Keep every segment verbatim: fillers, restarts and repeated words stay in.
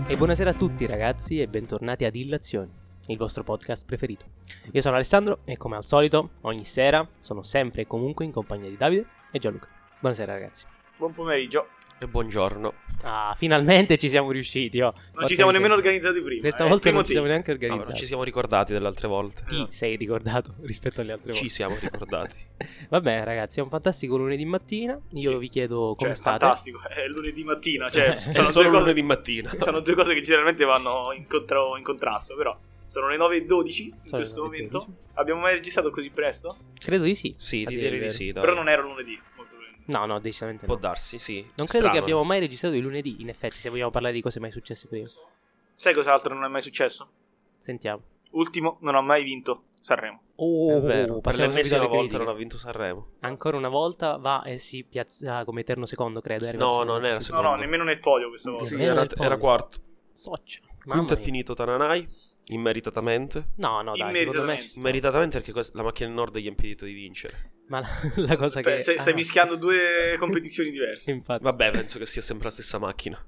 E buonasera a tutti ragazzi e bentornati ad Illazioni, il vostro podcast preferito. Io sono Alessandro e come al solito ogni sera sono sempre e comunque in compagnia di Davide e Gianluca. Buonasera ragazzi. Buon pomeriggio. E buongiorno. Ah, finalmente ci siamo riusciti, oh. Non Porca ci siamo miseria. nemmeno organizzati prima. Questa eh, volta non ci team. siamo neanche No, organizzati. non ci siamo ricordati delle altre volte. Ti sei ricordato rispetto alle altre volte. Ci siamo ricordati. Vabbè ragazzi, è un fantastico lunedì mattina. Io Sì. vi chiedo come Cioè, state. fantastico, è lunedì mattina, cioè È sono È solo due cose, lunedì mattina. sono due cose che generalmente vanno in, contra- in contrasto, però sono le nove e dodici in Sono le questo nove e momento. dodici. Abbiamo mai registrato così presto? Credo di sì. Sì, a ti dire direi il di vero. sì, dai. Però non era lunedì, molto probabilmente. No, no, decisamente Può no. darsi, sì. Non credo Strano. che abbiamo mai registrato i lunedì, in effetti, se vogliamo parlare di cose mai successe prima. Sai cos'altro non è mai successo? Sentiamo. Ultimo, non ha mai vinto Sanremo. Oh, È vero, per passiamo subito l'ennesima alle volta critiche. non ha vinto Sanremo. Ancora una volta va e si piazza come eterno secondo, credo. è arrivato No, secondo. non era Sì. No, no, Secondo. nemmeno nel podio questa volta. Sì, Nemmeno era, nel podio. era quarto. Soccia. Mamma Quinto è mia. finito Tananai, immeritatamente. No, no, dai, secondo me Immeritatamente. ci sta. Immeritatamente perché questa- la macchina del Nord gli ha impedito di vincere. Ma la, la cosa Aspetta, che... stai, stai ah, mischiando due competizioni diverse. infatti. Vabbè, penso che sia sempre la stessa macchina.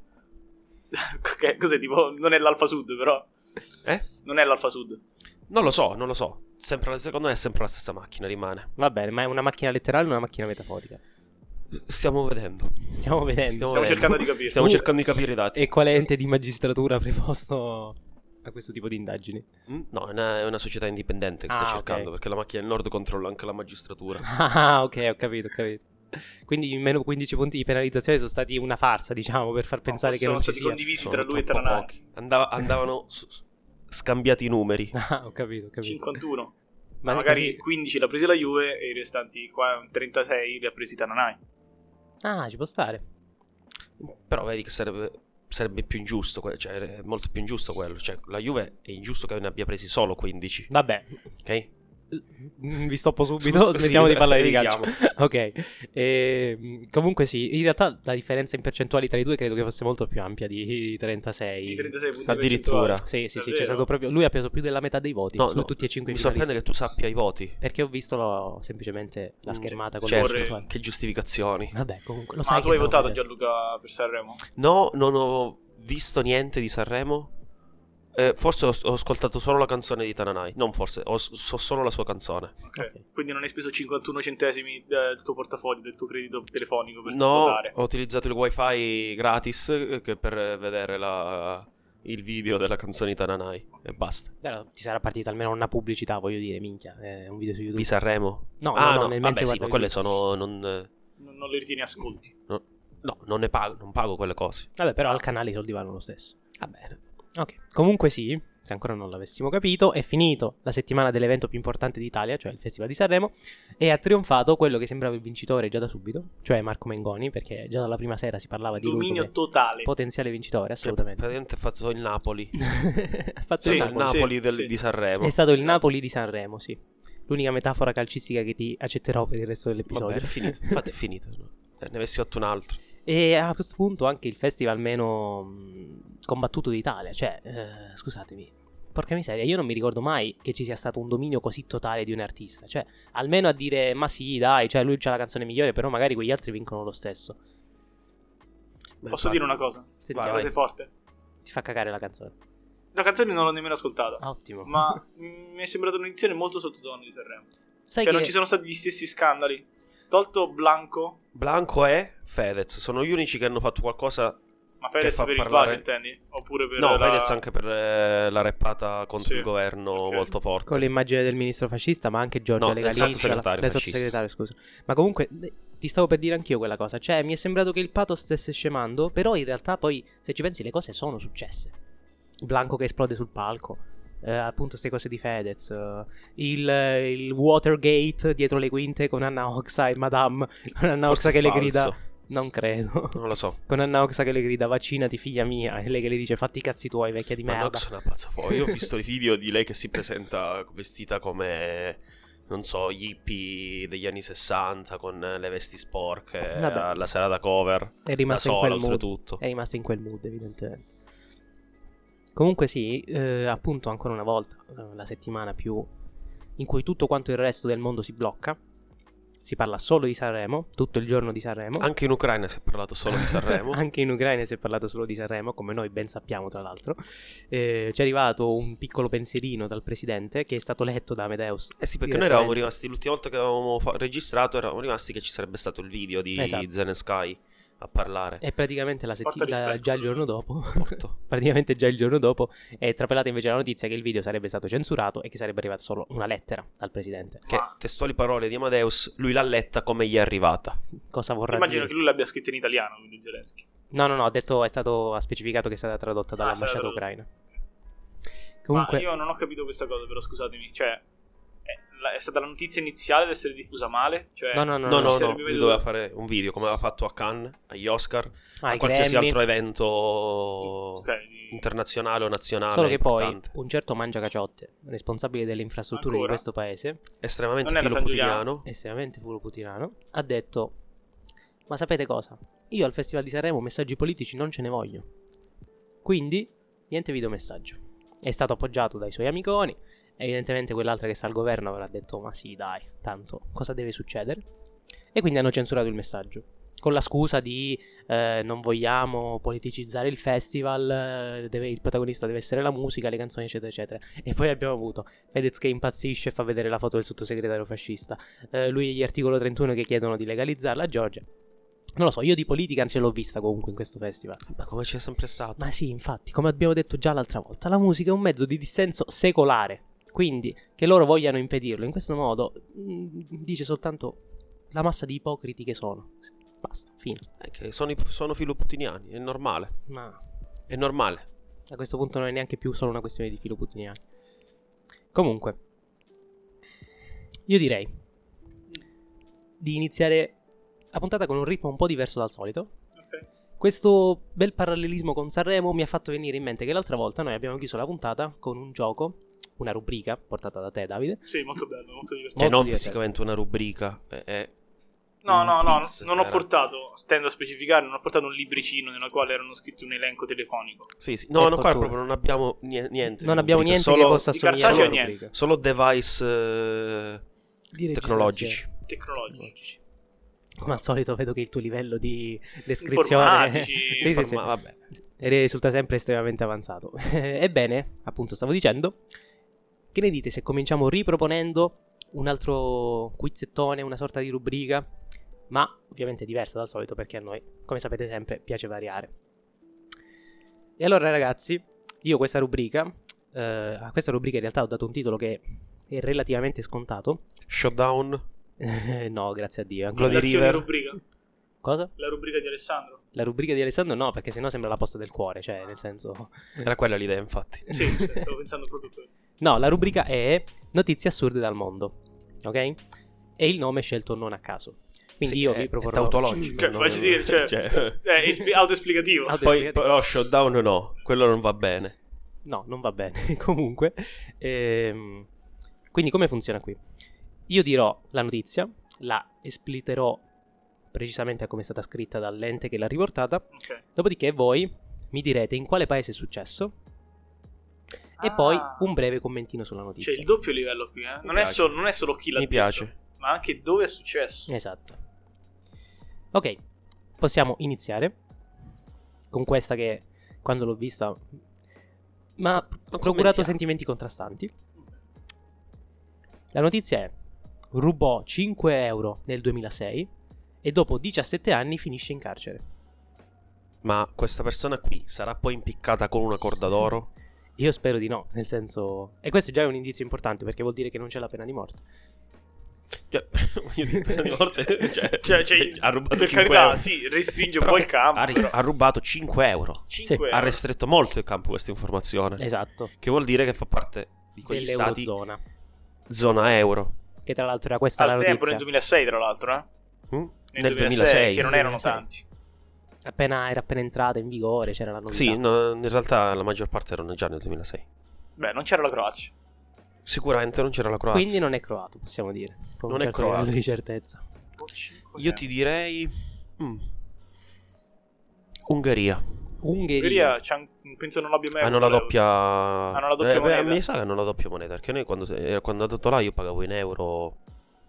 Ok, cos'è tipo? Non è l'Alfa Sud, però. Eh? Non è l'Alfa Sud. Non lo so, non lo so. Sempre, secondo me è sempre la stessa macchina, rimane. Va bene, ma è una macchina letterale o una macchina metaforica? Stiamo vedendo. Stiamo vedendo. Stiamo Stiamo vedendo. cercando di capire. Stiamo Uh, cercando di capire i dati. E quale ente di magistratura ha preposto a questo tipo di indagini? Mm, No, è una, è una società indipendente che sta Ah, cercando, ok. perché la macchina del Nord controlla anche la magistratura. Ah, ok, ho capito, ho capito. Quindi meno quindici punti di penalizzazione sono stati una farsa, diciamo, per far pensare che sono non ci stati sia. condivisi Sono tra lui e troppo Tananai. pochi. Andava- andavano s- s- scambiati i numeri. Ah, ho capito, ho capito. cinquantuno. Ma Ma magari così- quindici l'ha presi la Juve e i restanti qua trentasei li ha presi Tananai. Ah, ci può stare. Però vedi che sarebbe, sarebbe più ingiusto, que- cioè è molto più ingiusto quello. Cioè la Juve è ingiusto che ne abbia presi solo quindici, Vabbè, ok? mm, vi stoppo subito, Scusa, smettiamo sì, di parlare di vediamo. calcio. Ok, e, comunque sì, in realtà la differenza in percentuali tra i due credo che fosse molto più ampia di trentasei. I trentasei punti Addirittura. percentuali. Sì, sì, sì, Davvero? c'è stato proprio... Lui ha preso più della metà dei voti No, su no, tutti e cinque i mi finalisti. sorprende che tu sappia i voti. Perché ho visto lo- semplicemente la Mm, schermata con certo. le percentuali. Che giustificazioni. Vabbè, comunque lo Ma sai tu che hai stavo votato facendo. Gianluca per Sanremo? No, non ho visto niente di Sanremo. Eh, forse ho, ho ascoltato solo la canzone di Tananai. Non forse, ho- so solo la sua canzone. Ok. Ok. Quindi non hai speso cinquantuno centesimi del tuo portafoglio, del tuo credito telefonico per No, votare? ho utilizzato il wifi gratis eh, che per vedere la- il video della canzone di Tananai e basta. Però ti sarà partita almeno una pubblicità, voglio dire, minchia, è un video su YouTube. Di Sanremo? No, ah, no, no, no, nel vabbè mentre sì, guardo ma il quelle video. sono... Non, eh, Non, non le ritieni ascolti. no, no, non ne pago, non pago quelle cose. Vabbè, però al canale i soldi vanno lo stesso. Va bene. Ok, comunque sì, se ancora non l'avessimo capito, è finito la settimana dell'evento più importante d'Italia, cioè il Festival di Sanremo, e ha trionfato quello che sembrava il vincitore già da subito, cioè Marco Mengoni, perché già dalla prima sera si parlava di lui Dominio come totale. potenziale vincitore, Cioè, assolutamente. praticamente ha fatto il Napoli. ha fatto Sì, il il Napoli. Napoli sì, del- sì. di Sanremo. È stato il Esatto. Napoli di Sanremo, sì. L'unica metafora calcistica che ti accetterò per il resto Vabbè, dell'episodio. è finito. Infatti è finito. no? Eh, ne avessi fatto un altro. E a questo punto anche il festival meno mh, combattuto d'Italia. Cioè, eh, scusatemi, porca miseria, io non mi ricordo mai che ci sia stato un dominio così totale di un artista. Cioè, almeno a dire, ma sì, dai, cioè lui c'ha la canzone migliore, però magari quegli altri vincono lo stesso. Beh, Posso vai. dire una cosa? Sentiamo. Una vai. cosa forte. Ti fa cagare la canzone. La canzone non l'ho nemmeno ascoltata. Ottimo. Ma mm, mi è sembrata un'edizione molto sottotono di Sanremo. Sai Cioè che non ci sono stati gli stessi scandali. Tolto Blanco, Blanco e Fedez sono gli unici che hanno fatto qualcosa. ma Fedez fa per parlare- il plagio intendi? Oppure per No, la... Fedez anche per eh, la rappata contro Sì, il governo ok. molto forte. con l'immagine del ministro fascista, ma anche Giorgia No, del Legalizia, sottosegretario del fascista. sottosegretario, scusa. Ma comunque eh, ti stavo per dire anch'io quella cosa. Cioè, mi è sembrato che il pathos stesse scemando, però in realtà poi, se ci pensi, le cose sono successe. Blanco che esplode sul palco, eh, appunto queste cose di Fedez, eh, il, il Watergate dietro le quinte con Anna Oxa e Madame, con Anna Forse Oxa che le falso. grida, non credo, Non lo so. con Anna Oxa che le grida vaccinati figlia mia, e lei che le dice fatti i cazzi tuoi vecchia di Ma merda. Nox è una pazza fuori. Io ho visto i video di lei che si presenta vestita come, non so, gli hippie degli anni sessanta con le vesti sporche Vabbè. alla serata cover. È rimasta da in sola, quel mood. oltretutto. È rimasta in quel mood, evidentemente. Comunque sì, eh, appunto ancora una volta, eh, la settimana più in cui tutto quanto il resto del mondo si blocca, si parla solo di Sanremo, tutto il giorno di Sanremo. Anche in Ucraina si è parlato solo di Sanremo. Anche in Ucraina si è parlato solo di Sanremo, come noi ben sappiamo tra l'altro. Eh, ci è arrivato un piccolo pensierino dal presidente che è stato letto da Amadeus. Eh sì, perché noi eravamo rimasti, l'ultima volta che avevamo fa- registrato eravamo rimasti che ci sarebbe stato il video di Esatto. Zelensky a parlare. E praticamente la Porta settimana, rispetto. già il giorno dopo, Porto. praticamente già il giorno dopo, è trapelata invece la notizia che il video sarebbe stato censurato e che sarebbe arrivata solo una lettera al presidente. Che Ma- testuali parole di Amadeus, lui l'ha letta come gli è arrivata. Cosa vorrà Immagino dire? che lui l'abbia scritta in italiano, quindi Zelensky. No, no, no, ha detto, è stato ha specificato che è stata tradotta Ah, dall'ambasciata sarà ucraina. tradotta. Comunque, Ma io non ho capito questa cosa, però scusatemi. Cioè, è, la- è stata la notizia iniziale ad essere diffusa male? Cioè, no, no, no, No, no, no, no, sarebbe lui venuto- doveva fare un video come aveva fatto a Cannes, agli Oscar, Ah, a i qualsiasi Grammy. altro evento Ok, di- internazionale o nazionale Solo che poi importante. un certo Mangiacaciotte, responsabile delle infrastrutture Ancora? di questo paese, Estremamente Non era San filoputiniano. estremamente putinano, ha detto: ma sapete cosa? Io al Festival di Sanremo messaggi politici non ce ne voglio. Quindi, niente videomessaggio. È stato appoggiato dai suoi amiconi. Evidentemente quell'altra che sta al governo avrà detto: ma sì, dai, tanto cosa deve succedere? E quindi hanno censurato il messaggio. Con la scusa di eh, non vogliamo politicizzare il festival, eh, deve- il protagonista deve essere la musica, le canzoni, eccetera, eccetera. E poi abbiamo avuto Fedez che impazzisce e fa vedere la foto del sottosegretario fascista. Eh, lui e gli articolo trentuno che chiedono di legalizzarla a Georgia. Non lo so, io di politica ce l'ho vista comunque in questo festival. Ma come c'è sempre stato? Ma sì, infatti, come abbiamo detto già l'altra volta, la musica è un mezzo di dissenso secolare. Quindi, che loro vogliano impedirlo in questo modo, mh, dice soltanto la massa di ipocriti che sono. Basta, fine. È che sono, i- sono filoputiniani, è normale. Ma È normale. a questo punto non è neanche più solo una questione di filo putiniani. Comunque, io direi di iniziare la puntata con un ritmo un po' diverso dal solito. ok. Questo bel parallelismo con Sanremo mi ha fatto venire in mente che l'altra volta noi abbiamo chiuso la puntata con un gioco, una rubrica portata da te, Davide. Sì, molto bello, molto divertente. Cioè, Molto non divertente. fisicamente una rubrica. È, è No, un no, no, quiz, non ho era. portato, stendo a specificare, non ho portato un libricino nel quale erano scritti un elenco telefonico. Sì, sì. No, Per no, qua fortuna. proprio non abbiamo nie- niente. Non di abbiamo rubrica, niente solo, che possa di assomigliare cartaceo a una niente. rubrica. Solo device eh, Di tecnologici. registrazione. Tecnologici. Come al solito vedo che il tuo livello di descrizione Informatici. sì, sì, sì. Informa- Vabbè. risulta sempre estremamente avanzato. Ebbene, appunto stavo dicendo, che ne dite se cominciamo riproponendo un altro quizzettone, una sorta di rubrica, ma ovviamente diversa dal solito perché a noi, come sapete sempre, piace variare. E allora ragazzi, io questa rubrica, eh, a questa rubrica in realtà ho dato un titolo che è relativamente scontato. Shutdown. No, grazie a Dio. ancora- Glory L'azione River. rubrica. Cosa? La rubrica di Alessandro. La rubrica di Alessandro no, perché sennò sembra la posta del cuore, cioè nel senso... Era quella l'idea, infatti. Sì, sì, stavo pensando proprio a quello. No, la rubrica è notizie assurde dal mondo, ok? E il nome è scelto non a caso. Quindi Sì, io è- vi è proporrò... tautologico. Cioè, non- faccio dire, cioè, cioè- è ispi- autoesplicativo. Auto- Poi però shutdown no, quello non va bene. No, non va bene. Comunque, ehm, quindi come funziona qui? Io dirò la notizia, la espliterò precisamente a come è stata scritta dall'ente che l'ha riportata, Ok. dopodiché voi mi direte in quale paese è successo e Ah. poi un breve commentino sulla notizia. C'è il doppio livello qui, eh. Non è, piace. solo, non è solo chi l'ha Mi detto, piace. ma anche dove è successo. Esatto. Ok, possiamo iniziare con questa che quando l'ho vista mi ha procurato commentiamo. sentimenti contrastanti. La notizia è: rubò cinque euro nel duemilasei e dopo diciassette anni finisce in carcere. Ma questa persona qui sarà poi impiccata con una corda d'oro? Io spero di no, nel senso... E questo già è un indizio importante perché vuol dire che non c'è la pena di morte. Cioè, voglio dire, pena di morte, cioè, Cioè, cioè, ha rubato per cinque carità, euro. sì, restringe un Però po' il campo. Ha, ris- però. ha rubato cinque euro. cinque Ha euro. restretto molto il campo questa informazione. Esatto. Che vuol dire che fa parte di quegli stati Dell'Eurozona. zona euro. Che tra l'altro era questa la Al tempo notizia. nel duemilasei, tra l'altro, eh. Mm? Nel, duemilasei, che non Nel erano duemilasei. tanti. Appena, era appena entrata in vigore, c'era la novità. Sì, no, in realtà la maggior parte erano già nel duemilasei. Beh, non c'era la Croazia. Sicuramente non c'era la Croazia. Quindi non è croato, possiamo dire. Con Non un è certo croato. livello di certezza. Io ti direi mm, Ungheria. Ungheria. Ungheria, c'ha un- penso non abbia mai Hanno avuto la l'euro. doppia Hanno la doppia eh, beh, moneta. mi sa che hanno la doppia moneta. Perché noi quando, eh, quando è andato là io pagavo in euro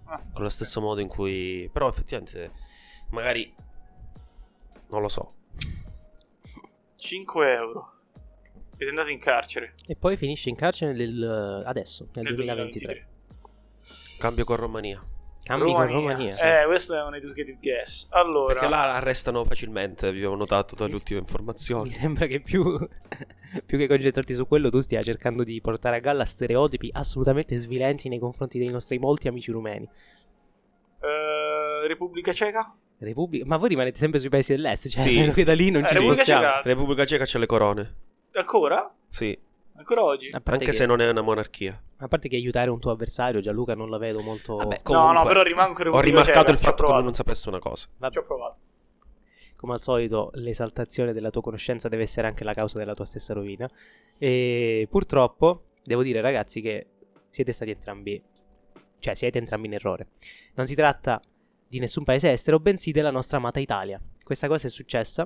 Ah, con lo stesso modo in cui... Però effettivamente, magari... Non lo so. cinque euro. Ed è andato in carcere. E poi finisce in carcere nel, adesso, nel, Nel duemilaventitré. duemilaventitré. Cambio con Romania. Cambi con Romania. Sì. Eh, questo è un educated guess. Allora, Perché là arrestano facilmente, vi ho notato dalle ultime Mi informazioni. sembra che più, più che concentrarti su quello, tu stia cercando di portare a galla stereotipi assolutamente svilenti nei confronti dei nostri molti amici rumeni. eh, Repubblica Ceca? Repubblica... Ma voi rimanete sempre sui paesi dell'est, cioè Sì. a meno che da lì non Eh, ci Repubblica spostiamo. Ceca. Repubblica Ceca c'ha le corone. Ancora? Sì, Ancora oggi? A parte anche che- se non è una monarchia. A parte che aiutare un tuo avversario, Gianluca, non la vedo molto... Vabbè, No, comunque, no, però rimango ho Repubblica rimarcato Ceca, il ci ho fatto che provato. lui non sapesse una cosa. Vabbè, Ci ho provato. come al solito, l'esaltazione della tua conoscenza deve essere anche la causa della tua stessa rovina. E purtroppo, devo dire, ragazzi, che siete stati entrambi... Cioè, siete entrambi in errore. Non si tratta di nessun paese estero, bensì della nostra amata Italia. Questa cosa è successa,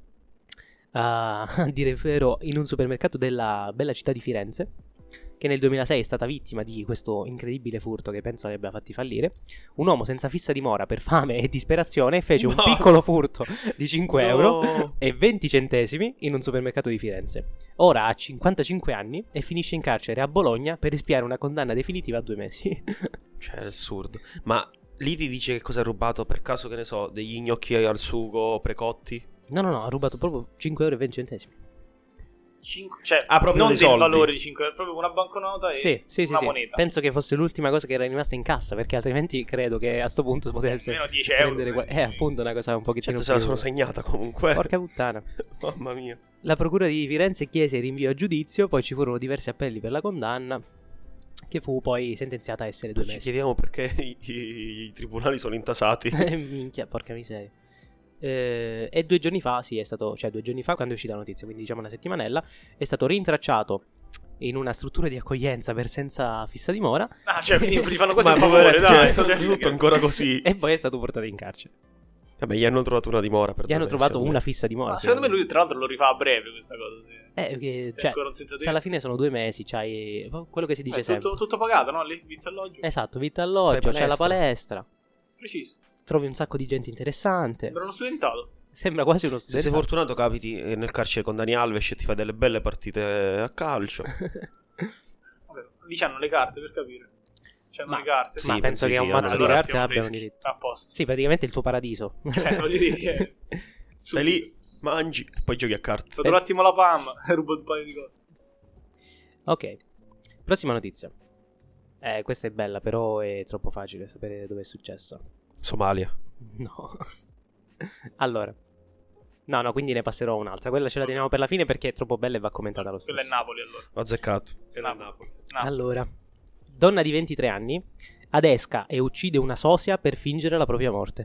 a dire vero, in un supermercato della bella città di Firenze, che nel duemilasei è stata vittima di questo incredibile furto che penso li abbia fatti fallire. Un uomo senza fissa dimora per fame e disperazione fece un No. piccolo furto di cinque euro No. e venti centesimi in un supermercato di Firenze. Ora ha cinquantacinque anni e finisce in carcere a Bologna per espiare una condanna definitiva a due mesi. Cioè, è assurdo. Ma lì ti dice che cosa ha rubato? Per caso, che ne so, degli gnocchi al sugo precotti? No, no, no, ha rubato proprio cinque euro e venti centesimi. Cinque, cioè, Ah, proprio non dei del soldi. valore di cinque euro, proprio una banconota e Sì, sì, sì, una sì. moneta. Penso che fosse l'ultima cosa che era rimasta in cassa, perché altrimenti credo che a sto punto potesse Almeno dieci euro. prendere qua- Eh, appunto, una cosa un pochettino Certo, se la più... sono segnata comunque. Porca puttana. Mamma mia. La procura di Firenze chiese il rinvio a giudizio, poi ci furono diversi appelli per la condanna, che fu poi sentenziata a essere due Ci mesi. chiediamo perché i, i- i tribunali sono intasati. Eh, Minchia, porca miseria. Eh, e due giorni fa, sì, è stato, cioè due giorni fa quando è uscita la notizia, quindi diciamo una settimanella, è stato rintracciato in una struttura di accoglienza per senza fissa dimora Ah, cioè, quindi gli fanno quasi Ma un favore, poveretto, dai. cioè, Cioè, tutto ancora così. e poi è stato portato in carcere. Vabbè, gli hanno trovato una dimora per Gli hanno due mesi, trovato almeno. una fissa dimora. Ma secondo me lui, tra l'altro, lo rifà a breve questa cosa. Sì. Eh, che- Se cioè, ancora non senza se tempo. alla fine sono due mesi, c'hai quello che si dice È sempre. tutto, tutto pagato, no? Lì, vitto alloggio. Esatto, vita alloggio, Fai c'è la palestra. palestra, Preciso. trovi un sacco di gente interessante. Sembra uno studentato. Sembra quasi uno Se studente. sei fortunato capiti eh, nel carcere con Dani Alves e ti fai delle belle partite a calcio. Vabbè, lì c'hanno le carte per capire. C'hanno Ma- le carte. sì, Ma penso sì, che sì, un mazzo di allora carte siamo abbiano freschi. diritto. A posto. Sì, praticamente il tuo paradiso. Eh, voglio dire. Stai lì, mangi e poi giochi a carte. Fate un attimo la P A M e rubo un paio di cose. Ok, prossima notizia. Eh, questa è bella, però è troppo facile sapere dove è successa. Somalia. No. Allora. No, no, quindi ne passerò un'altra. Quella ce la teniamo per la fine perché è troppo bella e va commentata lo stesso. Quella è Napoli allora. Ho azzeccato. Era Napoli. Napoli. Allora, donna di ventitré anni adesca e uccide una sosia per fingere la propria morte.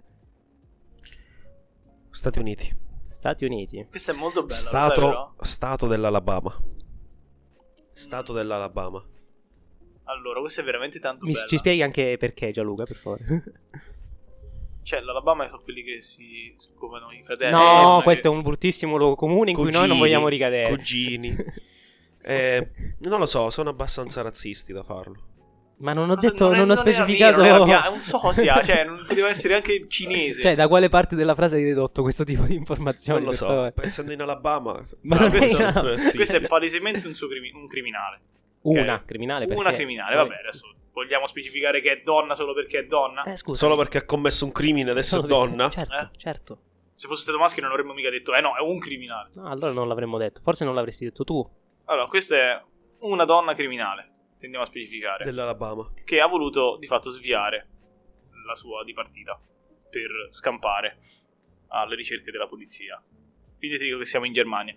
Stati Uniti. Stati Uniti. Questa è molto bella. lo sai, Stato, però? stato dell'Alabama. Stato dell'Alabama. Allora, questa è veramente tanto Mi, bella. ci spieghi anche perché, Gianluca, per favore? Cioè, l'Alabama sono quelli che si scopano i fratelli. No, eh, questo è che- un bruttissimo luogo comune in cui noi non Cugini, vogliamo ricadere. Cugini. Eh, non lo so, sono abbastanza razzisti da farlo. Ma non ho Cosa- detto, è- non, ho era specificato. nero, non era bia- è un sosia, cioè non poteva essere anche cinese. Cioè, da quale parte della frase hai dedotto questo tipo di informazioni? Non lo per so, favore? essendo in Alabama. Ma No, non questo, è- razzisti. questo è palesemente un, suo crimi- un criminale. Una Ok. criminale perché... Una criminale, vabbè, adesso vogliamo specificare che è donna solo perché è donna? Eh, scusa. Solo perché ha commesso un crimine, adesso è donna. Certo, Eh? certo. Se fosse stato maschio non avremmo mica detto, eh no, è un criminale. No, allora non l'avremmo detto. Forse non l'avresti detto tu. Allora, questa è una donna criminale, tendiamo a specificare, Dell'Alabama. che ha voluto di fatto sviare la sua dipartita per scampare alle ricerche della polizia. Quindi ti dico che siamo in Germania.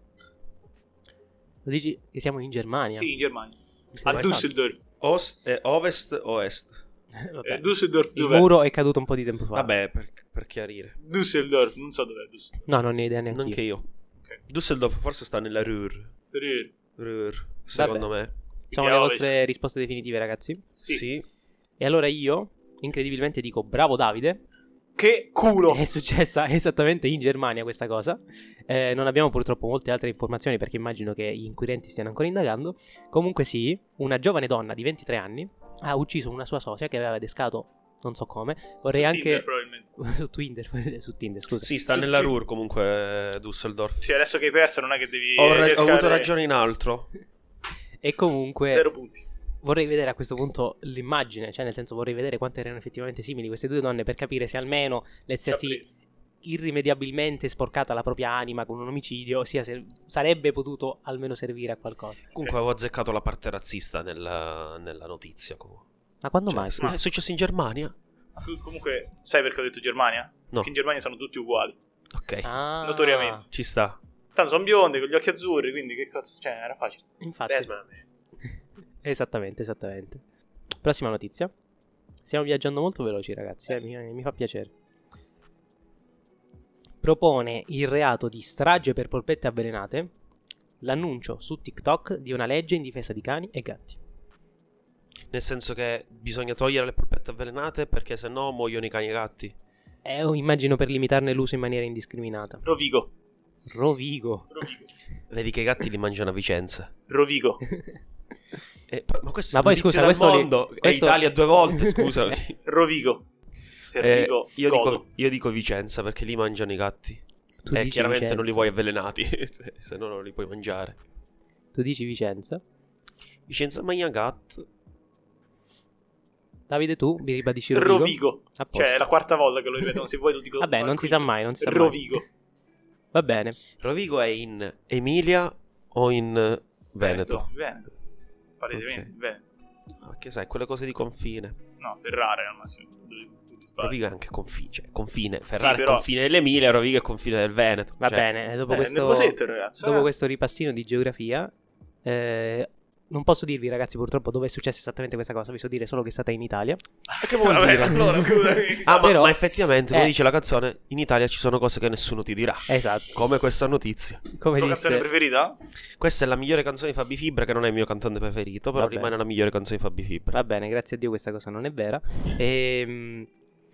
Lo dici che siamo in Germania? Sì, in Germania. A Interessante. Düsseldorf. Ost, eh, ovest o est? Vabbè. Eh, Düsseldorf Il dov'è? muro è caduto un po' di tempo fa. Vabbè, per, per chiarire. Düsseldorf, non so dov'è Düsseldorf. No, non ne ho idea neanche Neanche io. io. Ok. Düsseldorf forse sta nella Ruhr. Ruhr. Ruhr, secondo me. Sono Che le ovest. vostre risposte definitive, ragazzi. Sì. Sì. E allora io, incredibilmente, dico bravo Davide. Che culo! È successa esattamente in Germania questa cosa. Eh, non abbiamo purtroppo molte altre informazioni perché immagino che gli inquirenti stiano ancora indagando. Comunque sì, una giovane donna di ventitré anni ha ucciso una sua sosia che aveva adescato non so come. Vorrei Su anche Tinder, probabilmente. su Tinder, su Tinder, scusa. Sì, sta Su- nella su- Ruhr comunque Düsseldorf. Sì, adesso che hai perso non è che devi Ho, ra- ho cercare avuto ragione in altro. E comunque zero punti. vorrei vedere a questo punto l'immagine, cioè nel senso vorrei vedere quanto erano effettivamente simili queste due donne per capire se almeno l'essersi Capito. irrimediabilmente sporcata la propria anima con un omicidio sia se- sarebbe potuto almeno servire a qualcosa. Comunque avevo azzeccato la parte razzista nella, nella notizia. comunque. Ma quando Cioè, mai? s- è successo in Germania? Tu- Comunque, sai perché ho detto Germania? No. Perché in Germania sono tutti uguali, Ok, Ah, notoriamente. ci sta. Tanto sono bionde con gli occhi azzurri, quindi che cazzo, cioè era facile. Infatti. Desmond. Esattamente, esattamente. Prossima notizia. Stiamo viaggiando molto veloci, ragazzi, eh, mi, mi fa piacere. Propone il reato di strage per polpette avvelenate l'annuncio su TikTok di una legge in difesa di cani e gatti. Nel senso che bisogna togliere le polpette avvelenate perché sennò muoiono i cani e i gatti. Eh, oh, immagino per limitarne l'uso in maniera indiscriminata. Rovigo. Rovigo. Rovigo. Vedi che i gatti li mangiano a Vicenza. Rovigo. Eh, ma questo Ma è poi, notizia scusa, del questo li- mondo. È questo- Italia due volte, scusami. Rovigo. Eh, Servigo. io, Godo. dico, io dico Vicenza perché lì mangiano i gatti. Tu E dici chiaramente Vicenza. non li vuoi avvelenati, se, se no non li puoi mangiare. Tu dici Vicenza. Vicenza mangia gat. Davide, tu mi ribadisci Rovigo? Rovigo. A posto. Cioè, è la quarta volta che lo ripeto. Se vuoi lo dico. Vabbè, al non si quinto. sa mai, non si sa mai. Rovigo. Va bene. Rovigo è in Emilia o in Veneto? Veneto. Palesemente, Ok. Veneto. Ah, che sai, quelle cose di confine. No, Ferrara al massimo. Dove- dove ti sbagli. Rovigo è anche confine, cioè, confine. Ferrara però- è confine dell'Emilia, Rovigo è confine del Veneto. Va Cioè, bene, dopo Eh, questo... nel cosetto, ragazzo. Dopo eh. questo ripassino di geografia, eh, non posso dirvi, ragazzi, purtroppo dove è successa esattamente questa cosa. Vi so dire solo che è stata in Italia. Che vuol Vabbè, dire? allora, scusami. Ah, ma, Però- ma effettivamente, come Eh. dice la canzone, in Italia ci sono cose che nessuno ti dirà. Esatto. Come questa notizia. Come La tua canzone disse, preferita? Questa è la migliore canzone di Fabi Fibra, che non è il mio cantante preferito, però Vabbè. rimane la migliore canzone di Fabi Fibra. va bene, grazie a Dio questa cosa non è vera. Ehm,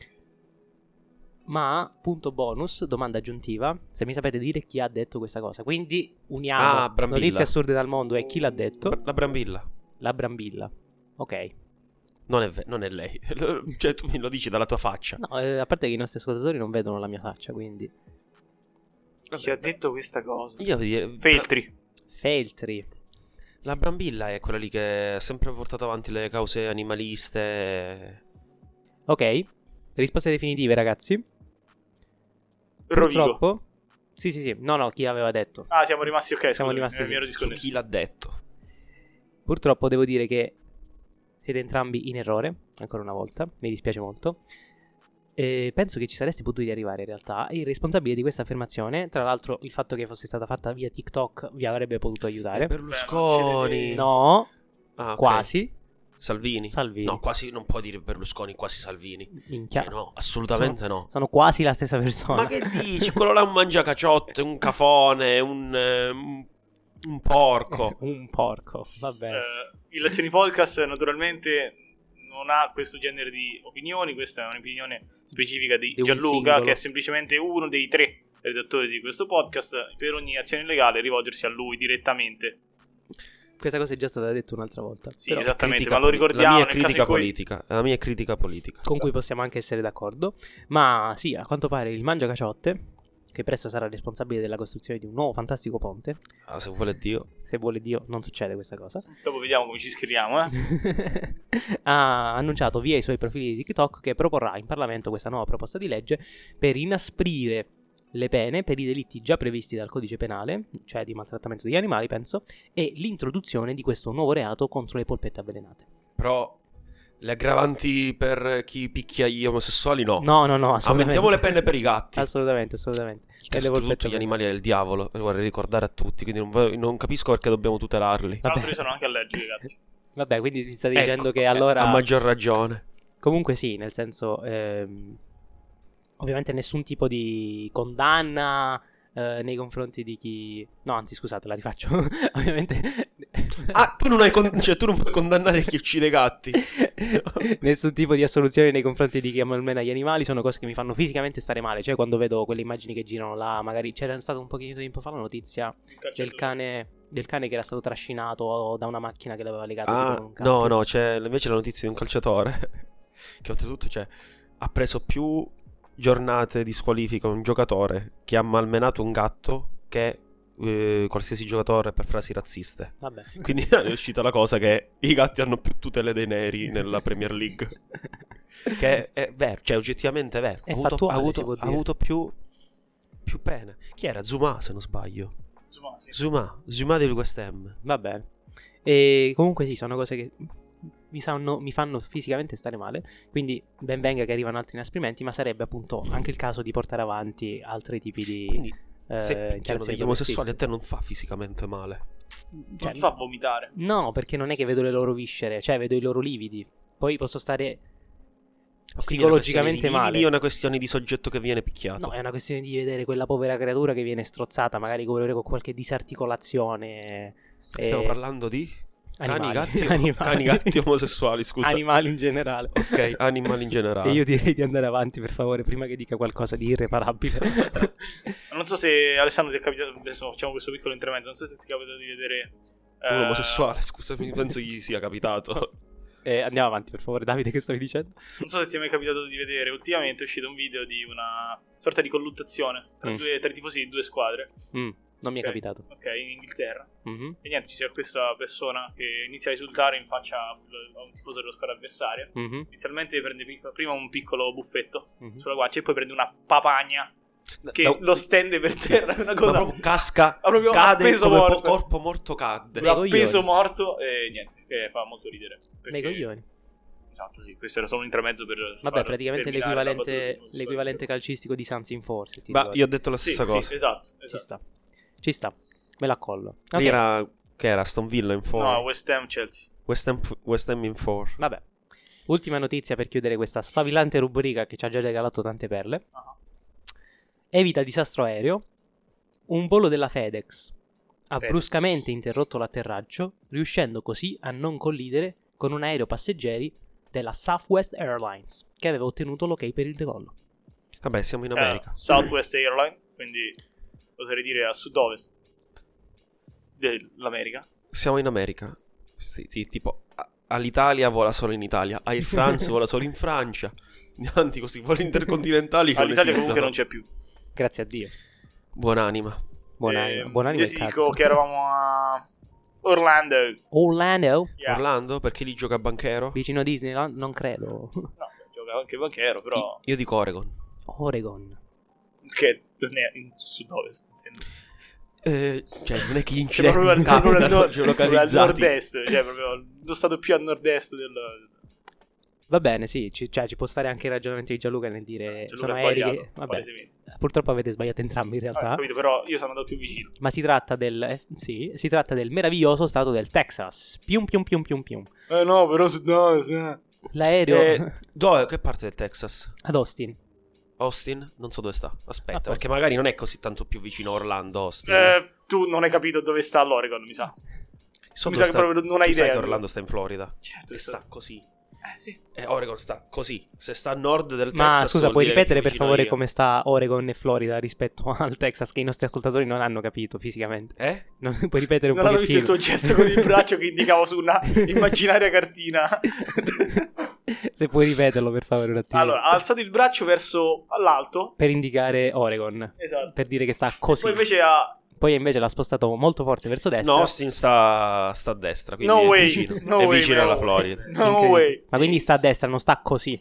ma, punto bonus, domanda aggiuntiva, se mi sapete dire chi ha detto questa cosa. Quindi uniamo Ah, Brambilla. notizie assurde dal mondo e chi l'ha detto. Br- La Brambilla. La Brambilla. Ok. Non è, ve- non è lei. Cioè, tu mi lo dici dalla tua faccia. No, eh, a parte che i nostri ascoltatori non vedono la mia faccia, quindi... Chi ha detto questa cosa? Io devo dire, Feltri. Feltri. la Brambilla è quella lì che ha sempre portato avanti le cause animaliste. Ok. Risposte definitive, ragazzi. Rovigo. Purtroppo... Sì, sì, sì. No, no, chi aveva detto. Ah, siamo rimasti ok. Siamo scusami, rimasti mi ero sì. Su disconnesso. chi l'ha detto? Purtroppo devo dire che siete entrambi in errore, ancora una volta, mi dispiace molto. E penso che ci sareste potuti arrivare in realtà. Il responsabile di questa affermazione, tra l'altro il fatto che fosse stata fatta via TikTok vi avrebbe potuto aiutare. Berlusconi. No, Ah, ok. quasi. Salvini. Salvini. No, quasi non puoi dire Berlusconi, quasi Salvini. Minchia. Eh, no, assolutamente no. Sono quasi la stessa persona. Ma che dici? Quello là è un mangiacaciotte, un cafone, un, eh, un, un porco. Un porco, va bene. Eh, Illazioni Podcast naturalmente non ha questo genere di opinioni. Questa è un'opinione specifica di, Di un Gianluca, singolo. che è semplicemente uno dei tre redattori di questo podcast. Per ogni azione legale rivolgersi a lui direttamente. Questa cosa è già stata detta un'altra volta. Sì, però- esattamente, Critica ma lo poli- ricordiamo La mia è nel caso critica in cui- politica. La mia è critica politica. con cui possiamo anche essere d'accordo. Ma sì, a quanto pare il Mangiacaciotte, che presto sarà responsabile della costruzione di un nuovo fantastico ponte, Ah, se vuole Dio. se vuole Dio non succede questa cosa, Dopo vediamo come ci scriviamo, eh. ha annunciato via i suoi profili di TikTok che proporrà in Parlamento questa nuova proposta di legge per inasprire le pene per i delitti già previsti dal codice penale, cioè di maltrattamento degli animali, penso, e l'introduzione di questo nuovo reato contro le polpette avvelenate. Però le aggravanti per chi picchia gli omosessuali no. No, no, no, assolutamente. Aumentiamo le penne per i gatti. Assolutamente, assolutamente. Che E le tutti polpette gli animali del diavolo. Lo vorrei ricordare a tutti. Quindi non, vo- non capisco perché dobbiamo tutelarli. Tra Vabbè. l'altro io sono anche allergico ai gatti. Vabbè, quindi vi state dicendo Ecco, che eh, allora... a maggior ragione. Comunque sì, nel senso... ehm, ovviamente nessun tipo di condanna eh, nei confronti di chi... No, anzi, scusate, la rifaccio. Ovviamente... Ah, tu non hai con- cioè tu non puoi condannare chi uccide i gatti. Nessun tipo di assoluzione nei confronti di chi malmena gli animali. Sono cose che mi fanno fisicamente stare male. Cioè quando vedo quelle immagini che girano là, magari c'era stato un pochino di tempo fa la notizia del cane, del cane che era stato trascinato da una macchina che l'aveva legato tipo Ah, con un cappio. no, no, c'è invece la notizia di un calciatore che oltretutto, cioè, ha preso più giornate di squalifica un giocatore che ha malmenato un gatto che eh, qualsiasi giocatore per frasi razziste. Vabbè. Quindi è uscita la cosa che i gatti hanno più tutele dei neri nella Premier League. Che è vero, cioè oggettivamente è vero. È ha avuto, fattuale, ha avuto, si può ha dire. avuto più, più pene. Chi era? Zuma, se non sbaglio. Insomma, sì. Zuma, Zuma del West Ham. Va bene. E comunque sì, sono cose che mi, sanno, mi fanno fisicamente stare male. Quindi ben venga che arrivano altri inasprimenti, ma sarebbe appunto anche il caso di portare avanti altri tipi di Quindi eh, se picchiano interazioni degli omosessuali a progressiste. te non fa fisicamente male. Cioè, Non ti fa vomitare. no, perché non è che vedo le loro viscere, cioè vedo i loro lividi. Poi posso stare psicologicamente Quindi male. è una questione di soggetto che viene picchiato. No, è una questione di vedere quella povera creatura che viene strozzata, magari con con qualche disarticolazione. Stiamo eh, parlando di cani, animali. gatti, o- Animali. cani, gatti omosessuali, scusa. Animali in generale. Ok, animali in generale. E io direi di andare avanti, per favore, prima che dica qualcosa di irreparabile. Non so se Alessandro ti è capitato. Adesso facciamo questo piccolo intermezzo. Non so se ti è capitato di vedere Un eh, omosessuale, scusami, penso gli sia capitato. Eh, andiamo avanti, per favore, Davide, che stavi dicendo? Non so se ti è mai capitato di vedere. Ultimamente è uscito un video di una sorta di colluttazione tra, Mm. due, tra i tifosi di due squadre. Mm, non mi è Ok. capitato. Ok, in Inghilterra. Mhm, E niente, ci sia questa persona che inizia a risultare in faccia a un tifoso dello squadra avversaria. mhm, Inizialmente prende pic- prima un piccolo buffetto mhm. sulla guancia e poi prende una papagna che No, lo stende per terra. È una ma cosa proprio casca, Ah, proprio a cade peso come po- morto. corpo morto cadde. Dei a coglioni. peso morto e niente, che fa molto ridere. Nei Perché- coglioni. Esatto, sì, questo era solo un intermezzo per Vabbè, far praticamente terminare la l'equivalente, battuta su- l'equivalente calcistico di Sanzin Force. ti Ma ricordi? io ho detto la Sì, stessa sì, cosa. esatto, Ci esatto. sta. Ci sta. Me la collo. Ok. Lì era, che era Aston Villa in four. No, West Ham Chelsea. West Ham, West Ham in four. Vabbè. Ultima notizia per chiudere questa sfavillante rubrica che ci ha già regalato tante perle. Ah. Evita disastro aereo. Un volo della FedEx ha FedEx. bruscamente interrotto l'atterraggio, riuscendo così a non collidere con un aereo passeggeri della Southwest Airlines, che aveva ottenuto l'ok per il decollo. Vabbè, siamo in Eh, America. Southwest Airline, quindi oserei dire a sud-ovest dell'America. Siamo in America. Sì, sì, tipo a- all'Italia vola solo in Italia, Air France vola solo in Francia. Avanti così, voli intercontinentali che non All'Italia esistono. comunque non c'è più. Grazie a Dio. Buonanima. Buonanima. Eh, Buonanima io il ti cazzo. dico che eravamo a Orlando. Orlando, Yeah. Orlando, perché lì gioca Banchero? vicino a Disneyland, non credo. No, gioca anche banchero, però Io dico Oregon. Oregon. che non è in sud-ovest. intendo. Eh, cioè, non è che gli Cioè, proprio al, incidenti proprio al capitano nord- proprio al geolocalizzati. nord-est, cioè proprio lo stato più a nord-est del... Va bene, sì, ci, cioè, ci può stare anche il ragionamento di Gianluca nel dire Gianluca sono ha aerei sbagliato, che... Vabbè, palesemente. purtroppo avete sbagliato entrambi in Ah, realtà. capito, però io sono andato più vicino. Ma si tratta del eh, sì, si tratta del meraviglioso stato del Texas. Pium pium pium pium pium. Eh no, però sud-ovest. L'aereo Eh, dove? Che parte del Texas? ad Austin. Austin? Non so dove sta. Aspetta, A posto. perché magari non è così tanto più vicino a Orlando, Austin. Eh, tu non hai capito dove sta l'Oregon, mi sa. So mi dove sa che proprio non hai tu sai idea. che Orlando sta in Florida. Certo, E che sta sta... così. Eh, sì. E Oregon sta così. Se sta a nord del Ma Texas scusa, vuol puoi dire che è ripetere più per vicino favore io. come sta Oregon e Florida rispetto al Texas che i nostri ascoltatori non hanno capito fisicamente. Eh? Ah, Non, puoi ripetere un Non hanno visto il pochettino? tuo gesto con il braccio che indicavo su una immaginaria cartina. Se puoi ripeterlo per favore un attimo. Allora, ha alzato il braccio verso l'alto. Per indicare Oregon. Esatto. Per dire che sta così. Poi invece ha... Poi invece l'ha spostato molto forte verso destra. No, Austin sta, sta a destra, quindi No è way, vicino, no è way, vicino no. alla Florida. No Incredibile. way. Ma quindi sta a destra, non sta così.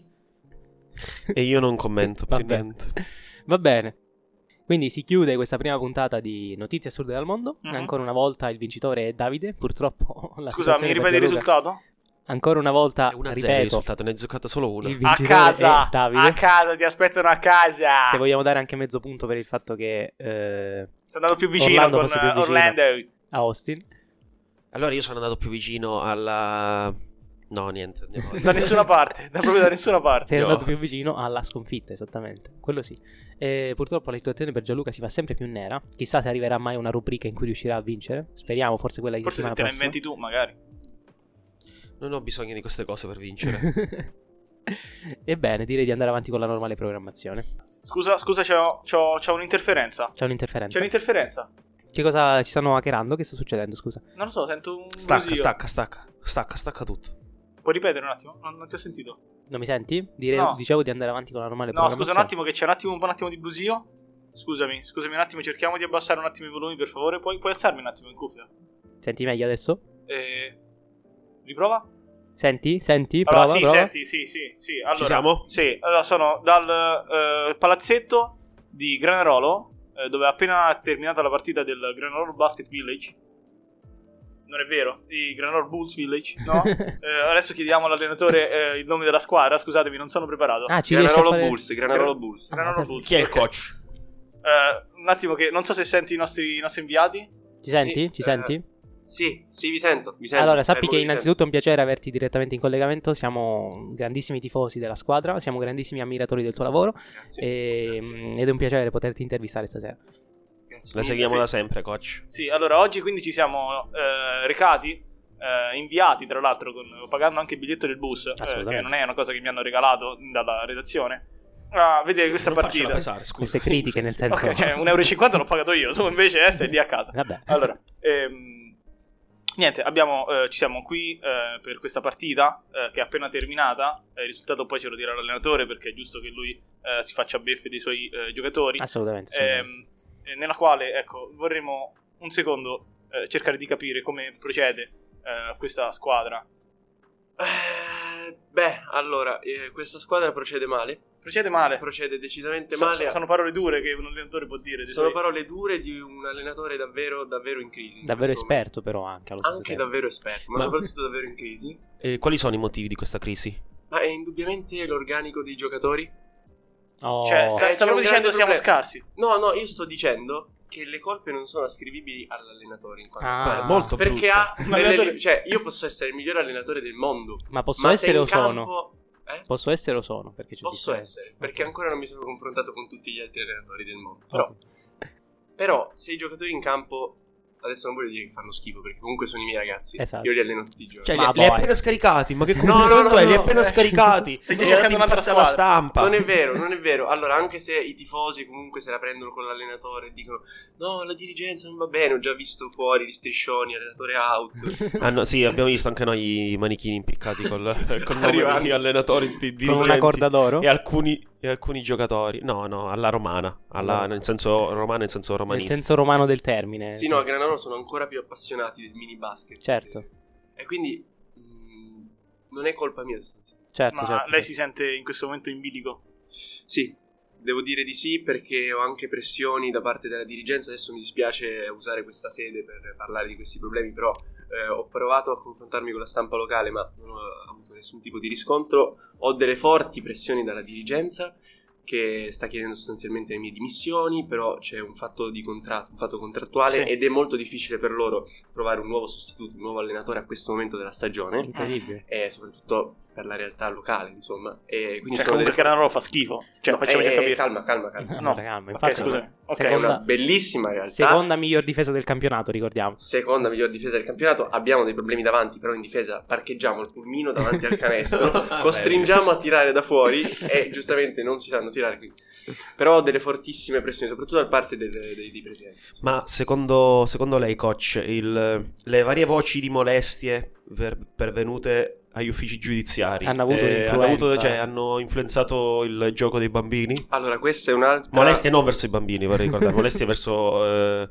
E io non commento più Vabbè. niente. Va bene. Quindi si chiude questa prima puntata di Notizie Assurde dal Mondo. Mhm. Ancora una volta il vincitore è Davide. Purtroppo la Scusa, mi situazione per ripeti il Gianluca- risultato? Ancora una volta, È uno a zero il ripeto, risultato, ne hai giocata solo una. il A vincitore casa, è Davide. a casa, ti aspettano a casa. Se vogliamo dare anche mezzo punto per il fatto che eh, Sono andato più vicino Orlando con fosse più eh, vicino. Orlando. a Austin. Allora io sono andato più vicino alla... No, niente. andiamo avanti. Da nessuna parte, da proprio da nessuna parte. Sei No. andato più vicino alla sconfitta, esattamente. Quello sì. E purtroppo la situazione per Gianluca si fa sempre più nera. Chissà se arriverà mai una rubrica in cui riuscirà a vincere. Speriamo, forse quella di Forse se settimana te la prossima. inventi tu, magari. Non ho bisogno di queste cose per vincere. Ebbene, direi di andare avanti con la normale programmazione. Scusa, scusa, c'ho, c'ho, c'ho un'interferenza. C'è un'interferenza. C'è un'interferenza. Che cosa ci stanno hackerando? Che sta succedendo, scusa? Non lo so, sento un Stacca, brusio. stacca, stacca. Stacca, stacca tutto. Puoi ripetere un attimo? Non, non ti ho sentito. Non mi senti? Dire- No. Dicevo di andare avanti con la normale No, scusa programmazione. un attimo che c'è un attimo, un, po' un attimo di brusio. Scusami, scusami un attimo, cerchiamo di abbassare un attimo i volumi, per favore. Puoi, puoi alzarmi un attimo in cuffia? Senti meglio adesso? Eh, riprova? Senti? Senti? Allora, Prova, sì, prova. senti, sì, sì, sì. Allora, Ci siamo? Sì, allora sono dal eh, palazzetto di Granarolo, eh, dove è appena terminata la partita del Granarolo Basket Village. Non è vero? Di Granarolo Bulls Village, no? Eh, adesso chiediamo all'allenatore eh, il nome della squadra, scusatemi, non sono preparato. Ah, ci riesci a Granarolo fare... Bulls, Granarolo Gra- Bulls. Granarolo Ah, Bulls. Chi è il ok. coach? Eh, un attimo che non so se senti i nostri, i nostri inviati. Ci senti? Sì, Ci eh, senti? Sì, sì, vi sento, vi sento. Allora, sappi Fermo, che vi innanzitutto è un piacere averti direttamente in collegamento. Siamo grandissimi tifosi della squadra, siamo grandissimi ammiratori del tuo lavoro sento. Grazie, e, grazie, ed è un piacere poterti intervistare stasera. grazie La mille, seguiamo sì. da sempre, coach. Sì, allora oggi quindi ci siamo eh, recati, eh, inviati tra l'altro, con, pagando anche il biglietto del bus, eh, Assolutamente. che non è una cosa che mi hanno regalato dalla redazione, a vedere questa Non faccela partita. pesare, scusa. Queste critiche, nel senso... Ok, cioè un euro e cinquanta l'ho pagato io, tu invece eh, stai lì a casa. Vabbè. Allora, ehm, niente, abbiamo, eh, ci siamo qui eh, per questa partita eh, che è appena terminata. Eh, il risultato poi ce lo dirà l'allenatore, perché è giusto che lui eh, si faccia beffe dei suoi eh, giocatori. Assolutamente. assolutamente. Ehm, eh, nella quale, ecco, vorremmo un secondo eh, cercare di capire come procede eh, questa squadra. Eh, beh, allora, eh, questa squadra procede male. Procede male. Procede decisamente So- male. so- sono parole dure che un allenatore può dire. dei Sono suoi- parole dure di un allenatore davvero, davvero in crisi. in Davvero questo momento. esperto però anche allo stesso Anche tempo. davvero esperto, ma, Ma- soprattutto davvero in crisi. E quali sono i motivi di questa crisi? Ma è indubbiamente l'organico dei giocatori. Oh. Cioè, sta, Eh, sta c'è proprio un dicendo grande siamo problema. scarsi. No, no, io sto dicendo che le colpe non sono ascrivibili all'allenatore in quanto Ah. tale. Beh, molto Perché brutto. ha Un delle- allenatore- cioè io posso essere il migliore allenatore del mondo, Ma posso ma se essere in o sono? campo eh? Posso essere o sono? Perché c'è Posso differenza. essere, perché Ok. ancora non mi sono confrontato con tutti gli altri allenatori del mondo. Però, Ok. però se i giocatori in campo, adesso non voglio dire che fanno schifo, perché comunque sono i miei ragazzi, Esatto. io li alleno tutti i giorni. Cioè, Ma li, li hai poi- appena scaricati? Ma che No, no, comportamento no, è? Li hai no, appena eh. scaricati? Stai già Eh, cercando ti un'altra passa alla squadra. stampa. Non è vero, non è vero. Allora, anche se i tifosi comunque se la prendono con l'allenatore e dicono no, la dirigenza non va bene, ho già visto fuori gli striscioni, allenatore out. Ah, no, sì, abbiamo visto anche noi i manichini impiccati col, col nome Arrivando. di allenatori, di Sono dirigenti una corda d'oro? e alcuni, e alcuni giocatori. No, no, alla romana, alla, No. nel senso romana, nel senso Nel romanista. senso romano del termine. Sì, no, a Granarolo sono ancora più appassionati del mini basket. Certo. E quindi mh, non è colpa mia sostanzialmente. Certo, Ma certo. lei si sente in questo momento in bilico? Sì, devo dire di sì perché ho anche pressioni da parte della dirigenza. Adesso mi dispiace usare questa sede per parlare di questi problemi, però eh, ho provato a confrontarmi con la stampa locale ma non ho avuto nessun tipo di riscontro. Ho delle forti pressioni dalla dirigenza che sta chiedendo sostanzialmente le mie dimissioni, però c'è un fatto di contratto, un fatto contrattuale, Sì. ed è molto difficile per loro trovare un nuovo sostituto, un nuovo allenatore a questo momento della stagione, Incredibile. e soprattutto per la realtà locale, insomma. E quindi Cioè, sono comunque delle Granarolo fa schifo. Cioè, No, facciamoci eh, capire. calma, calma, calma. No. Calma, Ok, infatti, scusami. Ok. È Seconda- una bellissima realtà. Seconda miglior difesa del campionato, ricordiamo. Seconda miglior difesa del campionato. Abbiamo dei problemi davanti, però in difesa parcheggiamo il pulmino davanti al canestro, costringiamo a tirare da fuori e giustamente non si fanno tirare qui. Però ho delle fortissime pressioni, soprattutto da parte del- dei, dei presidenti. Ma secondo, secondo lei, coach, il- le varie voci di molestie per- pervenute agli uffici giudiziari Hanno avuto eh, un'influenza. hanno, avuto- cioè, hanno influenzato il gioco dei bambini? Allora, questa è un'altra Molestie non verso i bambini, vorrei ricordare, molestie verso eh,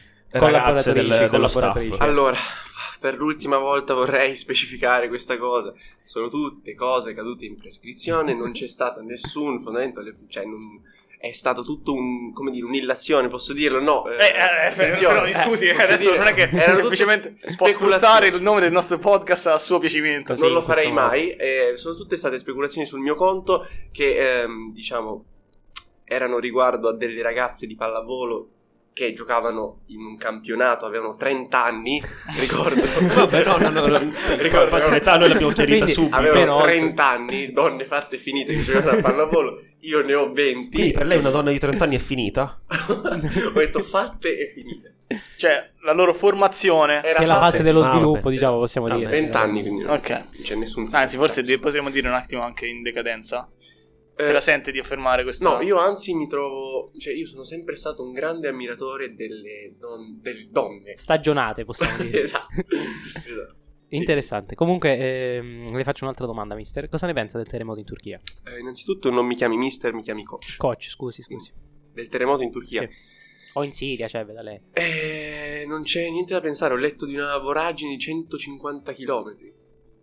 ragazze del, Collaboratrici, dello staff. collaboratrici. Allora, per l'ultima volta vorrei specificare questa cosa. Sono tutte cose cadute in prescrizione, non c'è stato nessun fondamento, cioè non, è stato tutto un, come dire, un'illazione, posso dirlo? No, Eh, eh, attenzione, però, mi scusi, posso adesso dire, non è che erano semplicemente tutte può speculazioni. sfruttare il nome del nostro podcast a suo piacimento. Così, non lo in questo farei modo. mai, eh, sono tutte state speculazioni sul mio conto che, ehm, diciamo, erano riguardo a delle ragazze di pallavolo che giocavano in un campionato, avevano trenta anni, ricordo. Vabbè, no, no, no, no. Ricordo, Infatti l'età noi l'abbiamo chiarita Quindi, subito. avevano Meno oltre. trenta anni, donne fatte e finite che giocavano a pallavolo, io ne ho venti. Quindi per lei una donna di trenta anni è finita? Ho detto fatte e finite. Cioè, la loro formazione. Era Che è la fatte- fase dello Ah, sviluppo, vabbè. diciamo, possiamo Vabbè. dire. venti anni, quindi non Ok. non c'è nessun Anzi, forse di- potremmo dire un attimo anche in decadenza. Se Eh, la sente di affermare questo. No, io anzi mi trovo, cioè io sono sempre stato un grande ammiratore delle, don- delle donne. Stagionate, possiamo dire. Esatto. Esatto. Interessante. Comunque, ehm, le faccio un'altra domanda, mister. Cosa ne pensa del terremoto in Turchia? Eh, innanzitutto non mi chiami mister, mi chiami coach. Coach, scusi, scusi. Del terremoto in Turchia. Sì. O in Siria, cioè, veda lei. Eh, non c'è niente da pensare, ho letto di una voragine di centocinquanta chilometri.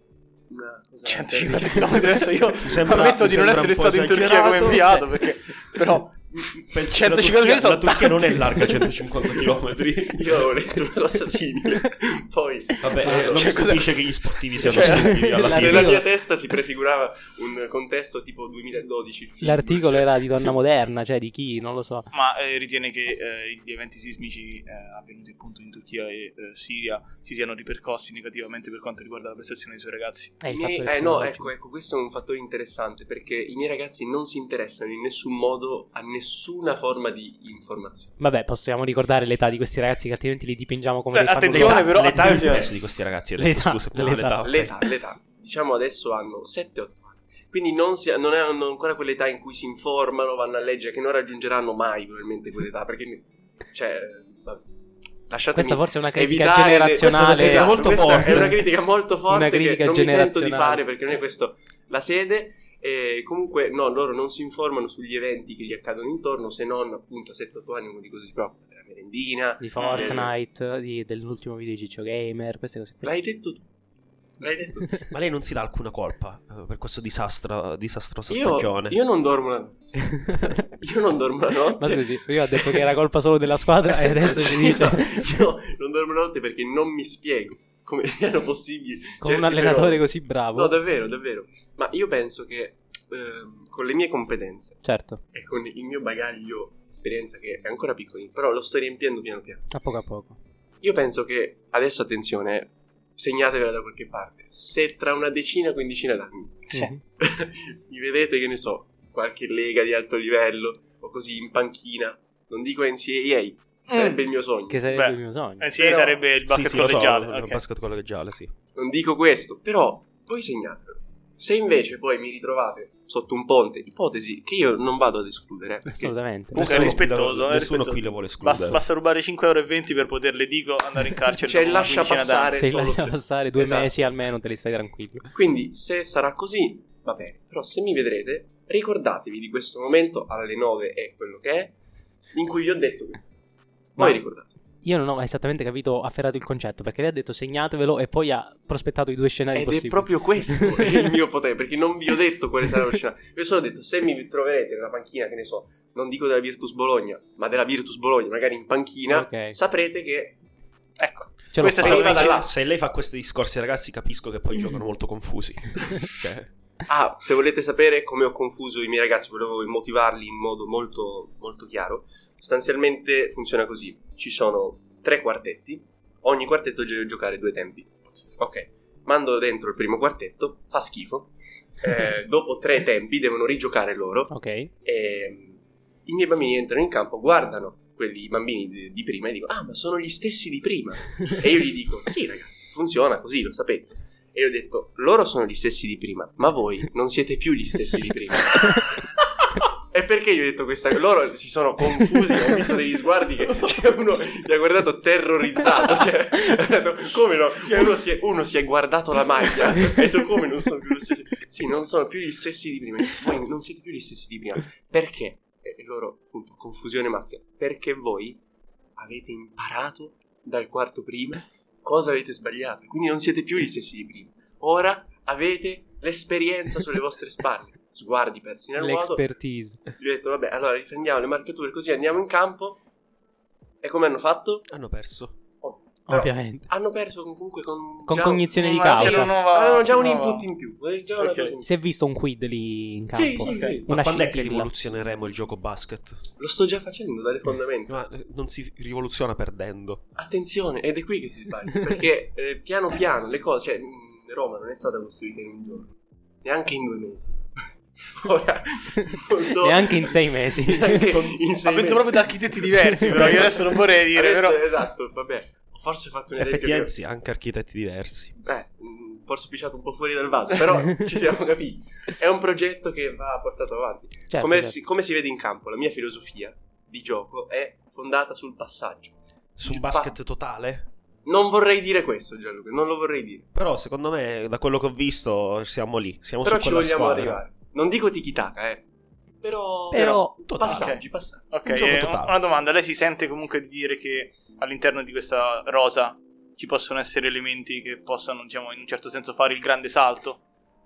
Una cosa centocinquanta chilometri. Adesso io sembra- ammetto mi di non sembra essere un po' stato in Turchia come esagerato. inviato, perché però Penso centocinquanta che la Turchia, sono la Turchia non è tanti. larga centocinquanta chilometri. Io avevo letto una cosa simile. Poi Vabbè, non eh, so, non cioè, mi cosa- stupisce che gli sportivi siano Cioè, stupidi alla la- fine. nella Io- mia testa si prefigurava un contesto tipo duemiladodici. il film, L'articolo cioè. era di Donna Moderna, cioè di chi? Non lo so. Ma eh, ritiene che eh, gli eventi sismici eh, avvenuti appunto in Turchia e eh, Siria si siano ripercossi negativamente per quanto riguarda la prestazione dei suoi ragazzi? Eh, il I miei- fattore eh no, psicologico. ecco, ecco, questo è un fattore interessante perché i miei ragazzi non si interessano in nessun modo a nessuna forma di informazione. Vabbè, possiamo ricordare l'età di questi ragazzi che altrimenti li dipingiamo come Beh, dei attenzione, fannulloni. però, l'età è il attenzione. peso di questi ragazzi. hai detto, L'età, scusa, no, l'età. l'età, ok. L'età, l'età, diciamo adesso hanno sette otto anni. Quindi non, si, non hanno ancora quell'età in cui si informano, vanno a leggere, che non raggiungeranno mai probabilmente quell'età, perché cioè vabbè, lasciatemi Questa forse è una critica evitare de- generazionale questa è una critica molto questa forte. è una critica molto forte Una critica che non mi sento di generazionale. fare perché non è questo la sede. E comunque no, loro non si informano sugli eventi che gli accadono intorno, se non appunto a sette otto anni, uno di così si preoccupa della merendina, Di Fortnite, di- dell'ultimo video di Ciccio Gamer, queste cose qui. l'hai detto tu. L'hai detto tu. Ma lei non si dà alcuna colpa eh, per questo disastro, disastrosa Io, stagione? io non dormo la notte. Io non dormo la notte. Ma scusi, prima ha detto che era colpa solo della squadra e adesso si Sì, dice no, io non dormo la notte perché non mi spiego come siano possibili con un certi allenatore fenomeni. così bravo. No, davvero, davvero. Ma io penso che ehm, con le mie competenze Certo, e con il mio bagaglio di esperienza che è ancora piccolino, però lo sto riempiendo piano piano. a poco a poco. Io penso che adesso attenzione, segnatevela da qualche parte. Se tra una decina, quindicina d'anni Sì. Mhm. mi vedete, che ne so, qualche lega di alto livello o così in panchina, non dico N C A A, sarebbe Mm. il mio sogno. Che sarebbe Beh, il mio sogno. Eh sì, Però- sarebbe il basket sì, sì, lo so, collegiale. il ok. basket collegiale, sì. Non dico questo, però voi segnatelo. Se invece poi mi ritrovate sotto un ponte, ipotesi che io non vado ad escludere, perché Assolutamente. Comunque è Nessuno qui rispettoso, lo- è nessuno rispettoso. qui lo vuole escludere. Basta, basta rubare cinque euro e venti per poterle dico andare in carcere. Cioè, dopo una lascia quindicina passare. d'anni. Se solo lascia per- passare due Esatto. mesi almeno te li stai tranquillo. Quindi se sarà così va bene, però se mi vedrete ricordatevi di questo momento alle nove è quello che è, in cui vi ho detto questo. Poi Ma- ricordate. Io non ho esattamente capito, afferrato il concetto, perché lei ha detto segnatevelo e poi ha prospettato i due scenari Ed possibili. è proprio questo il mio potere, perché non vi ho detto quale sarà lo scenario. Vi ho solo detto, se mi troverete nella panchina, che ne so, non dico della Virtus Bologna, ma della Virtus Bologna, magari in panchina, Ok. saprete che Ecco. Ce l'ho Questa è fatta. stata Veniva da là. Se lei fa questi discorsi, ragazzi, capisco che poi giocano molto confusi. Cioè, Ah, se volete sapere come ho confuso i miei ragazzi, volevo motivarli in modo molto, molto chiaro. Sostanzialmente funziona così: ci sono tre quartetti, ogni quartetto deve giocare due tempi. Ok, mando dentro il primo quartetto, fa schifo. Eh, dopo tre tempi devono rigiocare loro. Ok. E i miei bambini entrano in campo, guardano quelli bambini di, di prima e dicono: ah, ma sono gli stessi di prima. E io gli dico: sì, ragazzi, funziona così, lo sapete. E io ho detto: loro sono gli stessi di prima, ma voi non siete più gli stessi di prima. E perché gli ho detto questa cosa? Loro si sono confusi, ho visto degli sguardi che cioè, uno mi ha guardato terrorizzato, cioè, ha detto, come no? Uno si, è, uno si è guardato la maglia e ha detto: come non sono più lo stesso? Sì, non sono più gli stessi di prima. Voi non siete più gli stessi di prima. Perché? E loro, appunto, confusione massima. Perché voi avete imparato dal quarto prima cosa avete sbagliato, quindi non siete più gli stessi di prima. Ora avete l'esperienza sulle vostre spalle. Sguardi persi nel vuoto. L'expertise. Gli ho detto: vabbè, allora riprendiamo le marcature, così andiamo in campo. E come hanno fatto? hanno perso. Oh, però Ovviamente. hanno perso comunque con, Con già cognizione di Ma causa. c'era una nuova- avevano già un c'era una input nuova- in più. eh, già una Ok. cosa in più. Si è visto un quid lì in Sì, campo. sì, sì. Ma Una quando è che scintilla. rivoluzioneremo il gioco basket? Lo sto già facendo dalle fondamenta. Ma eh, non si rivoluziona perdendo. Attenzione, ed è qui che si sbaglia. Perché eh, piano piano le cose, cioè mh, Roma non è stata costruita in un giorno, neanche in due mesi. Ora non so, Neanche in sei mesi. neanche Con- in Ma sei penso mesi. proprio da architetti diversi, però io adesso non vorrei dire, Adesso, però... esatto, vabbè. Forse ho fatto un esempio Effettivamente che- sì, anche architetti diversi. eh, mh, forse ho pisciato un po' fuori dal vaso, però ci siamo capiti. È un progetto che va portato avanti. Certo, come, certo. Si, come si vede in campo, la mia filosofia di gioco è fondata sul passaggio. Su un Il basket pa- totale? Non vorrei dire questo, Gianluca, non lo vorrei dire. Però secondo me, da quello che ho visto, siamo lì. Siamo Però su ci quella vogliamo squadra. arrivare. Non dico tiki-taka, eh. Però, Però- Totale. passaggi, passaggi. Ok, Un gioco eh, totale. una domanda. Lei si sente comunque di dire che all'interno di questa rosa ci possono essere elementi che possano, diciamo, in un certo senso fare il grande salto?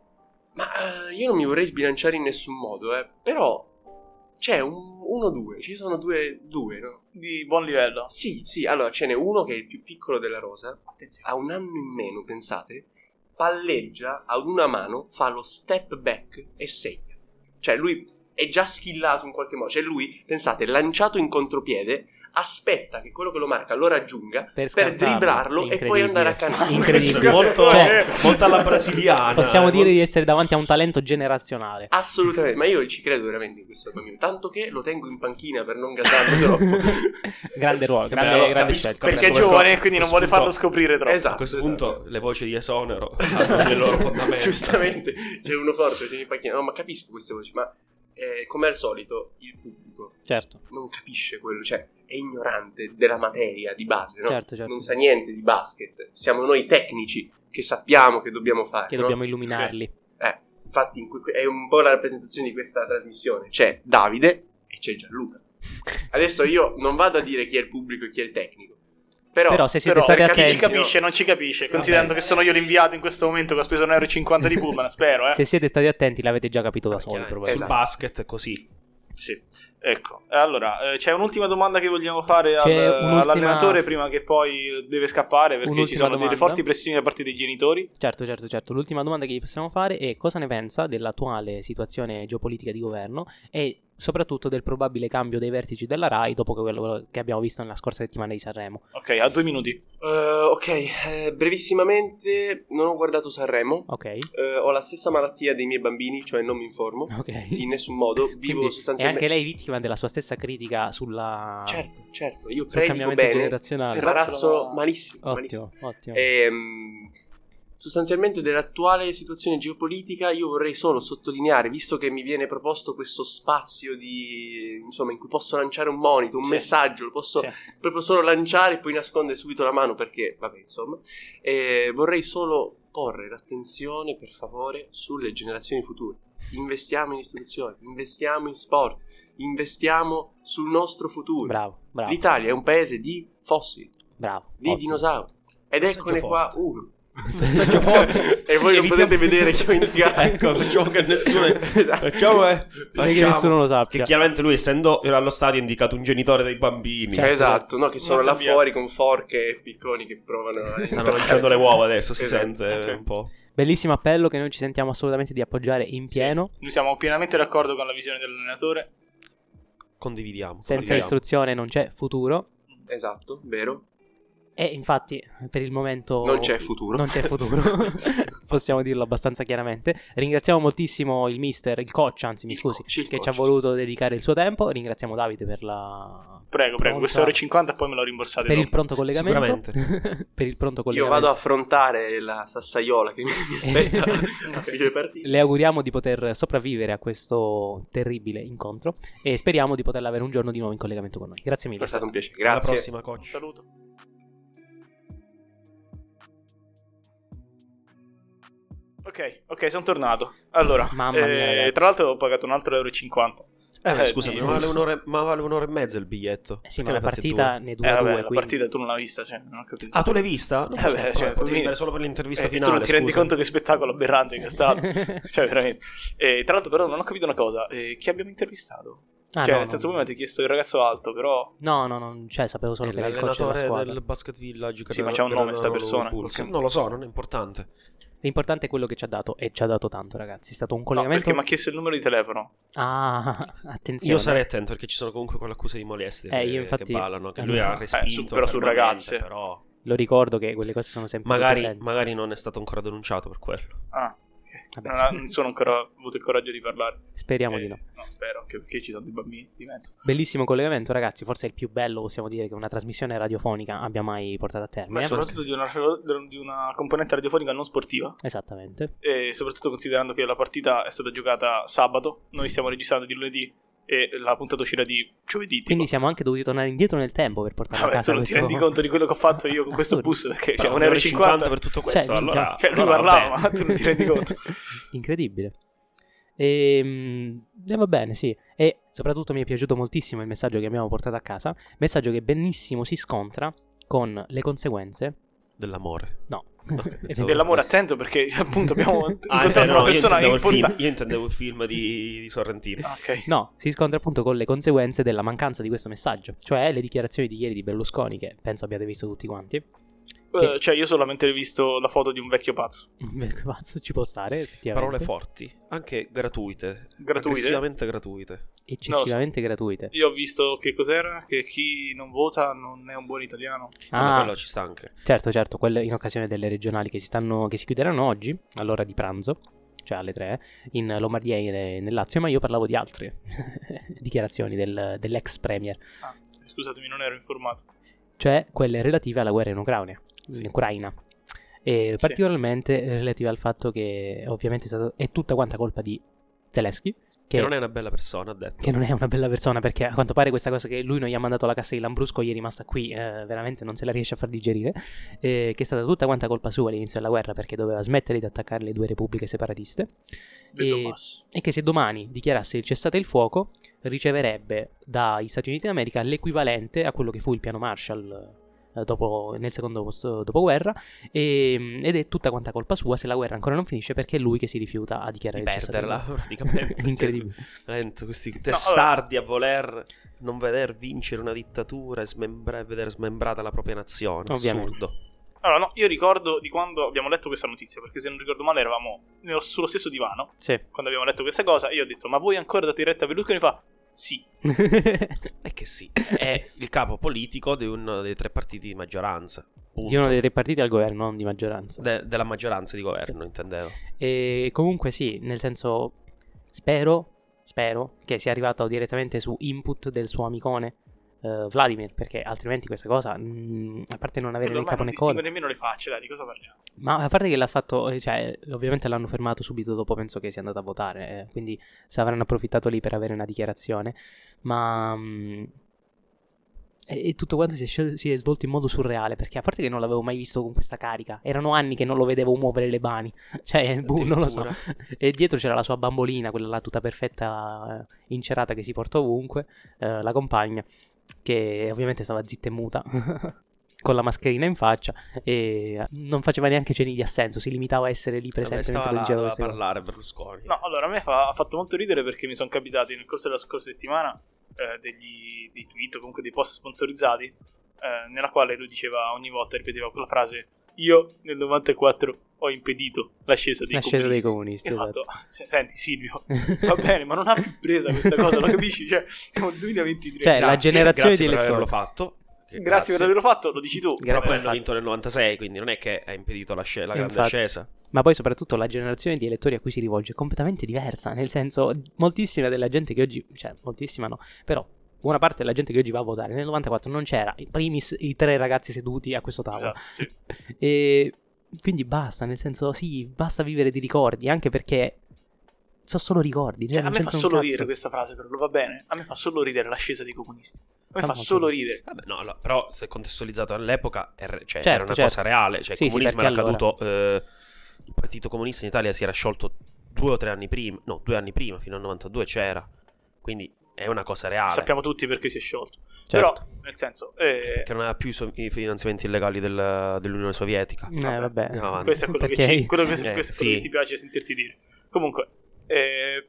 Ma eh, io non mi vorrei sbilanciare in nessun modo, eh. Però c'è un uno due, ci sono due, due, no? Di buon livello. Sì, sì, allora ce n'è uno che è il più piccolo della rosa, Attenzione. ha un anno in meno, pensate, palleggia ad una mano, fa lo step back e segna. Cioè lui è già skillato in qualche modo, cioè lui, pensate, lanciato in contropiede, aspetta che quello che lo marca lo raggiunga Per per, scantarlo. dribblarlo e poi andare a cantare. Incredibile. Molto, Cioè, molto alla brasiliana. possiamo eh, dire molto- di essere davanti a un talento generazionale. Assolutamente, ma io ci credo veramente in questo bambino, tanto che lo tengo in panchina per non gasarlo troppo. Grande ruolo, grande, allora grande capisco- scelta. Perché è come giovane co- e quindi non questo vuole farlo punto- scoprire troppo. Esatto. A questo esatto. punto le voci di esonero hanno le loro fondamenta. Giustamente, c'è uno forte, c'è in panchina. No, ma capisco queste voci, ma eh, come al solito il pubblico Certo, non capisce quello, cioè è ignorante della materia di base, no? certo, certo. Non sa niente di basket. Siamo noi tecnici che sappiamo che dobbiamo fare, Che no? dobbiamo illuminarli. Eh, infatti in que- è un po' la rappresentazione di questa trasmissione. C'è Davide e c'è Gianluca. Adesso io non vado a dire chi è il pubblico e chi è il tecnico. Però, Però se siete Però stati chi ci attenti, capisce non ci capisce, considerando che sono io l'inviato in questo momento che ho speso un euro e cinquanta di pullman, spero, eh. se siete stati attenti l'avete già capito da soli, Chiaramente, probabilmente. sul Esatto. basket è così. Sì, ecco. Allora, eh, c'è un'ultima domanda che vogliamo fare al- C'è un'ultima- all'allenatore prima che poi deve scappare, perché ci Un'ultima sono delle domanda. forti pressioni da parte dei genitori. Certo, certo, certo. L'ultima domanda che gli possiamo fare è cosa ne pensa dell'attuale situazione geopolitica di governo e soprattutto del probabile cambio dei vertici della RAI dopo che quello che abbiamo visto nella scorsa settimana di Sanremo. Ok, a due minuti. Eh, ok, eh, brevissimamente non ho guardato Sanremo. Ok, Eh, ho la stessa malattia dei miei bambini, cioè non mi informo ok. in nessun modo. Vivo Quindi è sostanzialmente. anche lei vittima della sua stessa critica sulla... Certo, certo. Io sul predico cambiamento bene, generazionale. Il razzo malissimo. malissimo. Ottimo, ottimo. Ehm, sostanzialmente dell'attuale situazione geopolitica io vorrei solo sottolineare, visto che mi viene proposto questo spazio di insomma in cui posso lanciare un monito, un Sì. messaggio, lo posso Sì. proprio solo lanciare e poi nascondere subito la mano perché vabbè insomma eh, vorrei solo porre l'attenzione per favore sulle generazioni future. Investiamo in istruzione, investiamo in sport, investiamo sul nostro futuro. Bravo, bravo, L'Italia è un paese di fossili, bravo. di ottimo. dinosauri ed Messaggio eccone qua forte. uno. Messaggio forte. E voi non Evitiamo- potete vedere che ho indicato. Ecco, facciamo che nessuno Esatto. facciamo, eh, che facciamo- nessuno lo sappia. Che chiaramente lui, essendo allo stadio, ha indicato un genitore dei bambini. Certo. Esatto, no, che sono Non là sappiamo. fuori con forche e picconi che provano a Stanno entrare. lanciando le uova adesso, si Esatto. sente Ok. un po'. Bellissimo appello che noi ci sentiamo assolutamente di appoggiare in pieno. Sì. Noi siamo pienamente d'accordo con la visione dell'allenatore. Condividiamo. Senza condividiamo. istruzione non c'è futuro. Esatto, vero? E infatti per il momento Non c'è futuro. Non c'è futuro. Possiamo dirlo abbastanza chiaramente. Ringraziamo moltissimo il mister, il coach, anzi mi Il scusi, coach, il che coach. ci ha voluto dedicare il suo tempo. Ringraziamo Davide per la Prego, prego, pronta- queste ore e cinquanta poi me lo rimborsate per il dopo. pronto collegamento. per il pronto Io collegamento. vado a affrontare la sassaiola che mi mi aspetta a fine partita. Le auguriamo di poter sopravvivere a questo terribile incontro e speriamo di poterla avere un giorno di nuovo in collegamento con noi. Grazie È mille. stato un piacere. Alla Grazie. prossima, Un coach. saluto. Ok, ok, sono tornato. Allora, Mamma mia, eh, ragazzi. tra l'altro ho pagato un altro euro e cinquanta. Eh, Eh, scusami, sì. ma vale, un'ora, ma vale un'ora e mezza il biglietto. Eh sì, Perché ma la ne fate partita due? ne Eh, dura vabbè, due, la quindi... partita tu non l'hai vista, cioè, non ho capito. Ah, tu l'hai vista? No, Eh, vabbè, cioè, potevi mi- andare solo per l'intervista Eh, finale. tu non ti rendi scusa. conto che spettacolo aberrante che è stato? Cioè, veramente. E tra l'altro, però, non ho capito una cosa. Eh, chi abbiamo intervistato? Ah, cioè, no, nel senso, no. voi mi avete chiesto il ragazzo alto, però. No, no, non cioè, sapevo solo È che era il coach della l'allenatore squadra. del Basket Village. Sì, ma c'ha un nome sta persona, Pulse. qualche- Non lo so, non è importante. L'importante è quello che ci ha dato e ci ha dato tanto, ragazzi. È stato un No, collegamento. perché mi ha chiesto il numero di telefono. Ah, attenzione. Io sarei attento perché ci sono comunque quelle accuse di molestie Eh, che, io infatti- che ballano, che eh, lui no. ha Eh, respinto. su- però su fermamente, ragazze. Però Lo ricordo che quelle cose sono sempre magari, presenti. magari non è stato ancora denunciato per quello. Ah, ok. Vabbè. Non, ha, non sono ancora avuto il coraggio di parlare. Speriamo Eh, di no. No, spero, anche perché ci sono dei bambini di mezzo. Bellissimo collegamento, ragazzi. Forse è il più bello, possiamo dire, che una trasmissione radiofonica abbia mai portato a Ma termine. soprattutto di una, di una componente radiofonica non sportiva. Esattamente. E soprattutto considerando che la partita è stata giocata sabato, noi stiamo registrando di lunedì, e la puntata uscirà di giovedì. Tipo. Quindi siamo anche dovuti tornare indietro nel tempo per portare Vabbè, a casa tu non questo... ti rendi conto di quello che ho fatto io con questo bus, perché c'è Però un euro e cinquanta per tutto questo, Cioè, allora, minchia. Cioè, lui allora va parlava, bene. ma tu non ti rendi conto. Incredibile. E, e va bene, sì. E soprattutto mi è piaciuto moltissimo il messaggio che abbiamo portato a casa. Messaggio che benissimo si scontra con le conseguenze. Dell'amore. No. Ok, Esatto. Dell'amore, attento, perché appunto abbiamo Ah, incontrato eh, no, una io persona intendevo il film, importante. io intendevo il film di, di Sorrentino. Ah, ok. No, si scontra appunto con le conseguenze della mancanza di questo messaggio. Cioè le dichiarazioni di ieri di Berlusconi, che penso abbiate visto tutti quanti. Eh, cioè, io solamente ho visto la foto di un vecchio pazzo. Pazzo, ci può stare, effettivamente. Parole forti, anche gratuite. Gratuite? Aggressivamente gratuite. Eccessivamente gratuite. Io ho visto che cos'era? Che chi non vota non è un buon italiano. Ah, Ah, quello ci sta anche. certo, certo, quelle in occasione delle regionali che si stanno che si chiuderanno oggi, all'ora di pranzo, cioè alle tre, in Lombardia e nel Lazio, ma io parlavo di altre dichiarazioni del- dell'ex premier, Ah, scusatemi, non ero informato. cioè quelle relative alla guerra in Ucraina, in Ucraina. E Sì. particolarmente relative al fatto che ovviamente è, stato, è tutta quanta colpa di Zelensky, Che che, non è una bella persona, ha detto. che non è una bella persona, perché a quanto pare questa cosa che lui non gli ha mandato la cassa di Lambrusco gli è rimasta qui, eh, veramente non se la riesce a far digerire, eh, che è stata tutta quanta colpa sua all'inizio della guerra, perché doveva smettere di attaccare le due repubbliche separatiste, Del e, Donbass. e che se domani dichiarasse il cessate il fuoco riceverebbe dagli Stati Uniti d'America l'equivalente a quello che fu il piano Marshall eh, dopo, nel secondo post dopoguerra, e, ed è tutta quanta colpa sua se la guerra ancora non finisce, perché è lui che si rifiuta a Di dichiarare il cessate il perderla, fuoco. praticamente. Incredibile. Veramente, questi testardi a voler non veder vincere una dittatura e smembra- vedere smembrata la propria nazione. Ovviamente. Assurdo. Allora, no, io ricordo di quando abbiamo letto questa notizia, perché se non ricordo male eravamo nello- sullo stesso divano, Sì. quando abbiamo letto questa cosa, e io ho detto, ma voi ancora date retta a Berlusconi? Fa, sì. È che sì, è il capo politico di uno dei tre partiti di maggioranza. Punto. Di uno dei tre partiti al governo, non di maggioranza. De- della maggioranza di governo, intendevo. E comunque sì, nel senso, spero, spero che sia arrivato direttamente su input del suo amicone eh, Vladimir, perché altrimenti questa cosa, mh, a parte non avere né Ormai capo non né distingue coda, nemmeno le facce, dai, di cosa parliamo? ma a parte che l'ha fatto, eh, cioè, ovviamente l'hanno fermato subito dopo, penso che sia andato a votare, eh, quindi se avranno approfittato lì per avere una dichiarazione, ma... mh, e e tutto quanto si è, scel- si è svolto in modo surreale, perché a parte che non l'avevo mai visto con questa carica, erano anni che non lo vedevo muovere le mani, cioè boh, non lo so. E dietro c'era la sua bambolina, quella là tutta perfetta, eh, incerata, che si porta ovunque, eh, la compagna, che ovviamente stava zitta e muta con la mascherina in faccia, e non faceva neanche cenni di assenso, si limitava a essere lì presente Stava mentre là, diceva doveva queste cose. parlare Berlusconi. No, allora a me fa- ha fatto molto ridere perché mi sono capitati nel corso della scorsa settimana eh, degli dei tweet o comunque dei post sponsorizzati eh, nella quale lui diceva ogni volta, ripeteva quella frase: io nel novantaquattro ho impedito l'ascesa dei L'ascesa comunisti. dei comunisti, E ho esatto. fatto, "Se- senti Silvio, va bene, ma non ha più presa questa cosa, lo capisci? Cioè, siamo nel duemilaventitré. Cioè, la Grazie, generazione grazie di per elettori. averlo fatto. Che Grazie, per averlo fatto, lo dici tu. Grazie. Però poi Vabbè, hanno vinto nel novantasei, quindi non è che ha impedito la, sce- la grande Infatti. ascesa. Ma poi soprattutto la generazione di elettori a cui si rivolge è completamente diversa, nel senso, moltissima della gente che oggi, cioè moltissima no, però buona parte della gente che oggi va a votare nel novantaquattro non c'era, in primis i tre ragazzi seduti a questo tavolo. Esatto, sì. E quindi basta, nel senso, sì, basta vivere di ricordi, anche perché sono solo ricordi. Cioè, Cioè, a non me fa c'entra un solo cazzo. ridere questa frase, però va bene. A me fa solo ridere l'ascesa dei comunisti. A me Fa fa molto solo ridere. ridere. Vabbè, no, allora, però se contestualizzato all'epoca era, cioè, Certo, era una certo. cosa reale. Cioè, Sì, il sì, comunismo perché era allora- caduto. eh, il Partito Comunista in Italia si era sciolto due o tre anni prima. No, due anni prima, fino al novantadue c'era. Quindi è una cosa reale. Sappiamo tutti perché si è sciolto. Certo. Però, nel senso, eh, Che non aveva più i, so- i finanziamenti illegali del- dell'Unione Sovietica. Eh, vabbè. Andiamo avanti. questo è quello, Perché- che, ci, quello, che, Eh, questo è quello sì. che ti piace sentirti dire. Comunque, eh,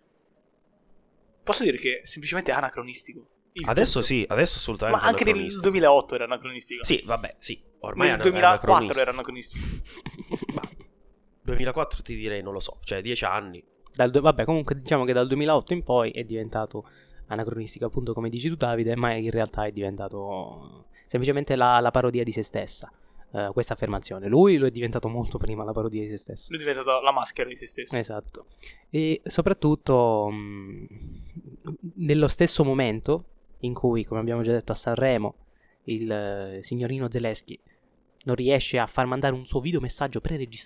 posso dire che è semplicemente anacronistico. Il Adesso tutto. sì, adesso assolutamente. Ma anche nel anacronistico. duemilaotto era anacronistico. Sì, vabbè, sì. Ormai Nel è duemilaquattro era anacronistico. anacronistico. Ma duemilaquattro ti direi, non lo so, cioè dieci anni. Dal du- vabbè, comunque diciamo che dal duemilaotto in poi è diventato anacronistico, appunto come dici tu Davide, ma in realtà è diventato semplicemente la, la parodia di se stessa, eh, questa affermazione. Lui lo è diventato molto prima la parodia di se stesso. Lui è diventato la maschera di se stesso. Esatto. E soprattutto mh, nello stesso momento in cui, come abbiamo già detto a Sanremo, il eh, signorino Zelensky non riesce a far mandare un suo videomessaggio preregistrato,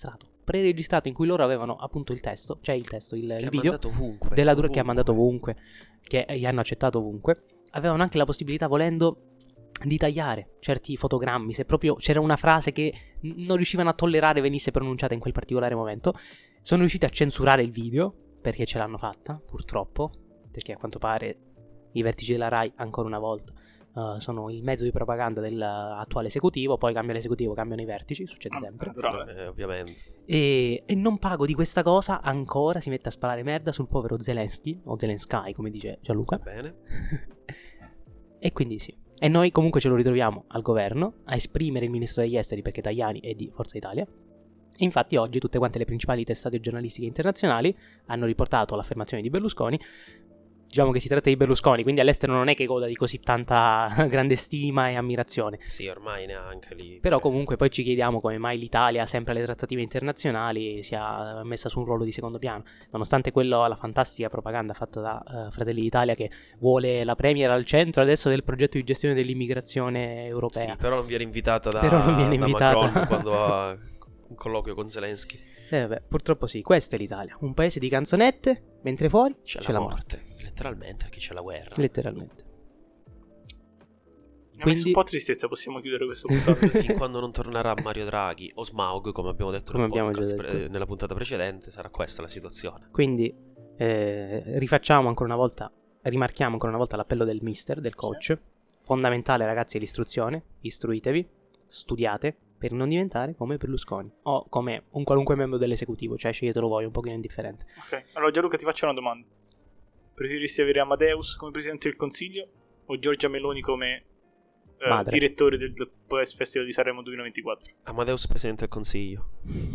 preregistrato in cui loro avevano appunto il testo, cioè il testo, il, il Che ha video mandato ovunque, della Dura- ovunque. che ha mandato ovunque, che gli hanno accettato ovunque. Avevano anche la possibilità, volendo, di tagliare certi fotogrammi, se proprio c'era una frase che n- non riuscivano a tollerare venisse pronunciata in quel particolare momento. Sono riusciti a censurare il video, perché ce l'hanno fatta, purtroppo, perché a quanto pare i vertici della Rai, ancora una volta, uh, sono il mezzo di propaganda dell'attuale esecutivo. Poi cambia l'esecutivo, cambiano i vertici, succede sempre. Naturale. Eh, ovviamente. E, e non pago di questa cosa, ancora si mette a sparare merda sul povero Zelensky, o Zelensky come dice Gianluca. Bene. E quindi sì. E noi comunque ce lo ritroviamo al governo a esprimere il ministro degli esteri, perché Tajani è di Forza Italia. E infatti oggi tutte quante le principali testate giornalistiche internazionali hanno riportato l'affermazione di Berlusconi. Diciamo che si tratta di Berlusconi, quindi all'estero non è che goda di così tanta grande stima e ammirazione. Sì, ormai neanche lì. Però cioè, comunque poi ci chiediamo come mai l'Italia, sempre alle trattative internazionali, sia messa su un ruolo di secondo piano, nonostante quello, la fantastica propaganda fatta da uh, Fratelli d'Italia, che vuole la Premier al centro adesso del progetto di gestione dell'immigrazione europea. Sì, però non viene invitata da, Però non viene da invitata. Macron quando ha un colloquio con Zelensky. Eh vabbè, purtroppo sì, questa è l'Italia, un paese di canzonette, mentre fuori C'è, c'è, la la morte. morte. Letteralmente, perché c'è la guerra. Letteralmente. Mi ha Quindi- messo un po' tristezza, possiamo chiudere questa puntata. Fin quando non tornerà Mario Draghi o Smaug, come abbiamo detto Come nel abbiamo già podcast detto. pre- nella puntata precedente, sarà questa la situazione. Quindi eh, rifacciamo ancora una volta, rimarchiamo ancora una volta l'appello del mister, del coach. Fondamentale, ragazzi, è l'istruzione. Istruitevi, studiate per non diventare come Berlusconi o come un qualunque membro dell'esecutivo, cioè sceglietelo voi, un pochino indifferente. Ok, allora Gianluca, ti faccio una domanda. Preferiresti avere Amadeus come presidente del Consiglio o Giorgia Meloni come eh, Madre. direttore del Festival di Sanremo duemilaventiquattro? Amadeus Presidente del Consiglio.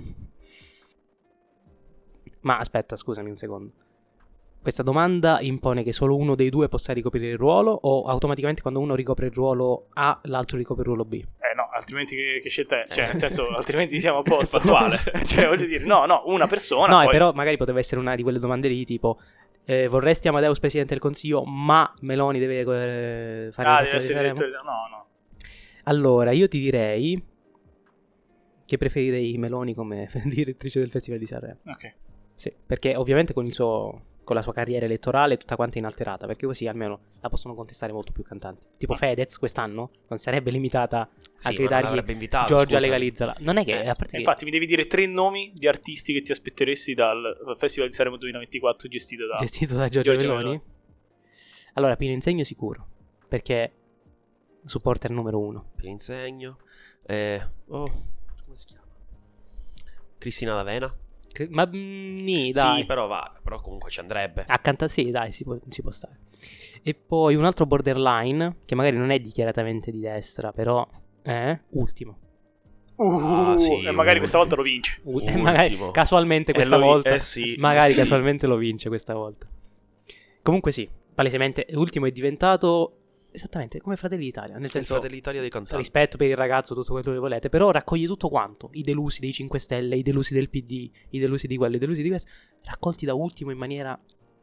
Ma aspetta, scusami un secondo. Questa domanda impone che solo uno dei due possa ricoprire il ruolo, o automaticamente quando uno ricopre il ruolo A, l'altro ricopre il ruolo B? Eh no, altrimenti che, che scelta è? Cioè, Eh. nel senso, altrimenti siamo a posto. Fattuale. Cioè, voglio dire, no, no, una persona. No, poi... però magari poteva essere una di quelle domande lì, tipo eh, vorresti Amadeus Presidente del Consiglio, ma Meloni deve eh, fare Ah, il deve Festival di essere Sanremo? direttore- No, no. Allora, io ti direi che preferirei Meloni come direttrice del Festival di Sanremo. Ok. Sì, perché ovviamente con il suo con la sua carriera elettorale è tutta quanta inalterata, perché così almeno la possono contestare molto più cantanti. Tipo Fedez quest'anno non sarebbe limitata a Sì, ma non gridargli l'avrebbe invitato, Giorgia scusa. legalizzala. Non è che Eh, a parte che- Infatti mi devi dire tre nomi di artisti che ti aspetteresti dal Festival di Sanremo duemilaventiquattro gestito da... gestito da Giorgia, Giorgia Meloni. Meloni. Allora, Pino Insegno sicuro, perché supporter numero uno. Per insegno. Eh, oh, come si chiama? Cristina D'Avena. Che- Ma mm, nì, dai. Sì, però va, però comunque ci andrebbe. Accanto a sì, dai, si può, si può stare. E poi un altro borderline, che magari non è dichiaratamente di destra, però è ultimo. Uh, Ah, sì, e magari questa ultimo. volta lo vince. U- e Ultimo. magari casualmente Eh, questa lo- volta eh sì, magari sì. casualmente lo vince questa volta. Comunque sì, palesemente l'ultimo è diventato esattamente come Fratelli d'Italia, nel Il senso Fratelli d'Italia dei cantanti. rispetto per il ragazzo, tutto quello che volete, però raccoglie tutto quanto, i delusi dei cinque Stelle, i delusi del P D, i delusi di quello, i delusi di questo, raccolti da ultimo in maniera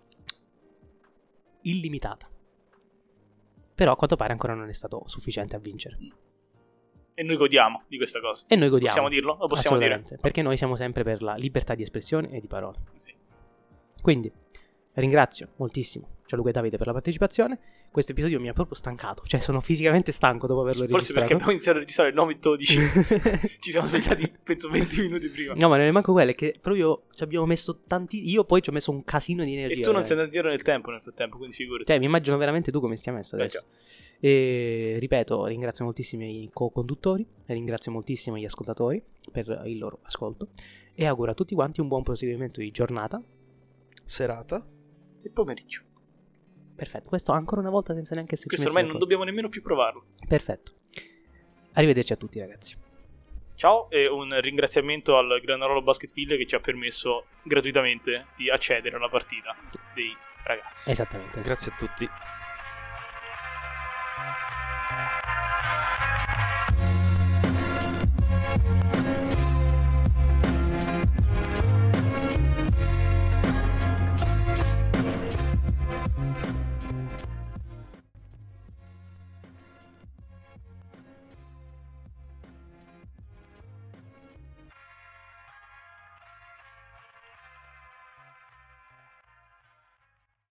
illimitata. Però a quanto pare ancora non è stato sufficiente a vincere. E noi godiamo di questa cosa. E noi godiamo. Possiamo dirlo? Lo possiamo dire? Assolutamente, perché noi siamo sempre per la libertà di espressione e di parola. Sì. Quindi ringrazio moltissimo Gianluca e Davide per la partecipazione. Questo episodio mi ha proprio stancato, cioè sono fisicamente stanco dopo averlo Forse registrato. perché abbiamo iniziato a registrare alle nove e dodici. Ci siamo svegliati penso venti minuti prima. No, ma non è manco quello, è che proprio ci abbiamo messo tanti. Io poi ci ho messo un casino di energia. E tu non sei veramente. andato indietro nel tempo nel frattempo, quindi figurati. Cioè, mi immagino veramente tu come stia messo Eh, adesso. E ripeto, ringrazio moltissimo i co-conduttori, e ringrazio moltissimo gli ascoltatori per il loro ascolto. E auguro a tutti quanti un buon proseguimento di giornata. Serata. E pomeriggio. Perfetto, questo ancora una volta senza neanche esserci Questo messi ormai non d'accordo. dobbiamo nemmeno più provarlo. Perfetto. Arrivederci a tutti, ragazzi. Ciao e un ringraziamento al Granarolo Basket Field che ci ha permesso gratuitamente di accedere alla partita dei ragazzi. Esattamente. Grazie a tutti.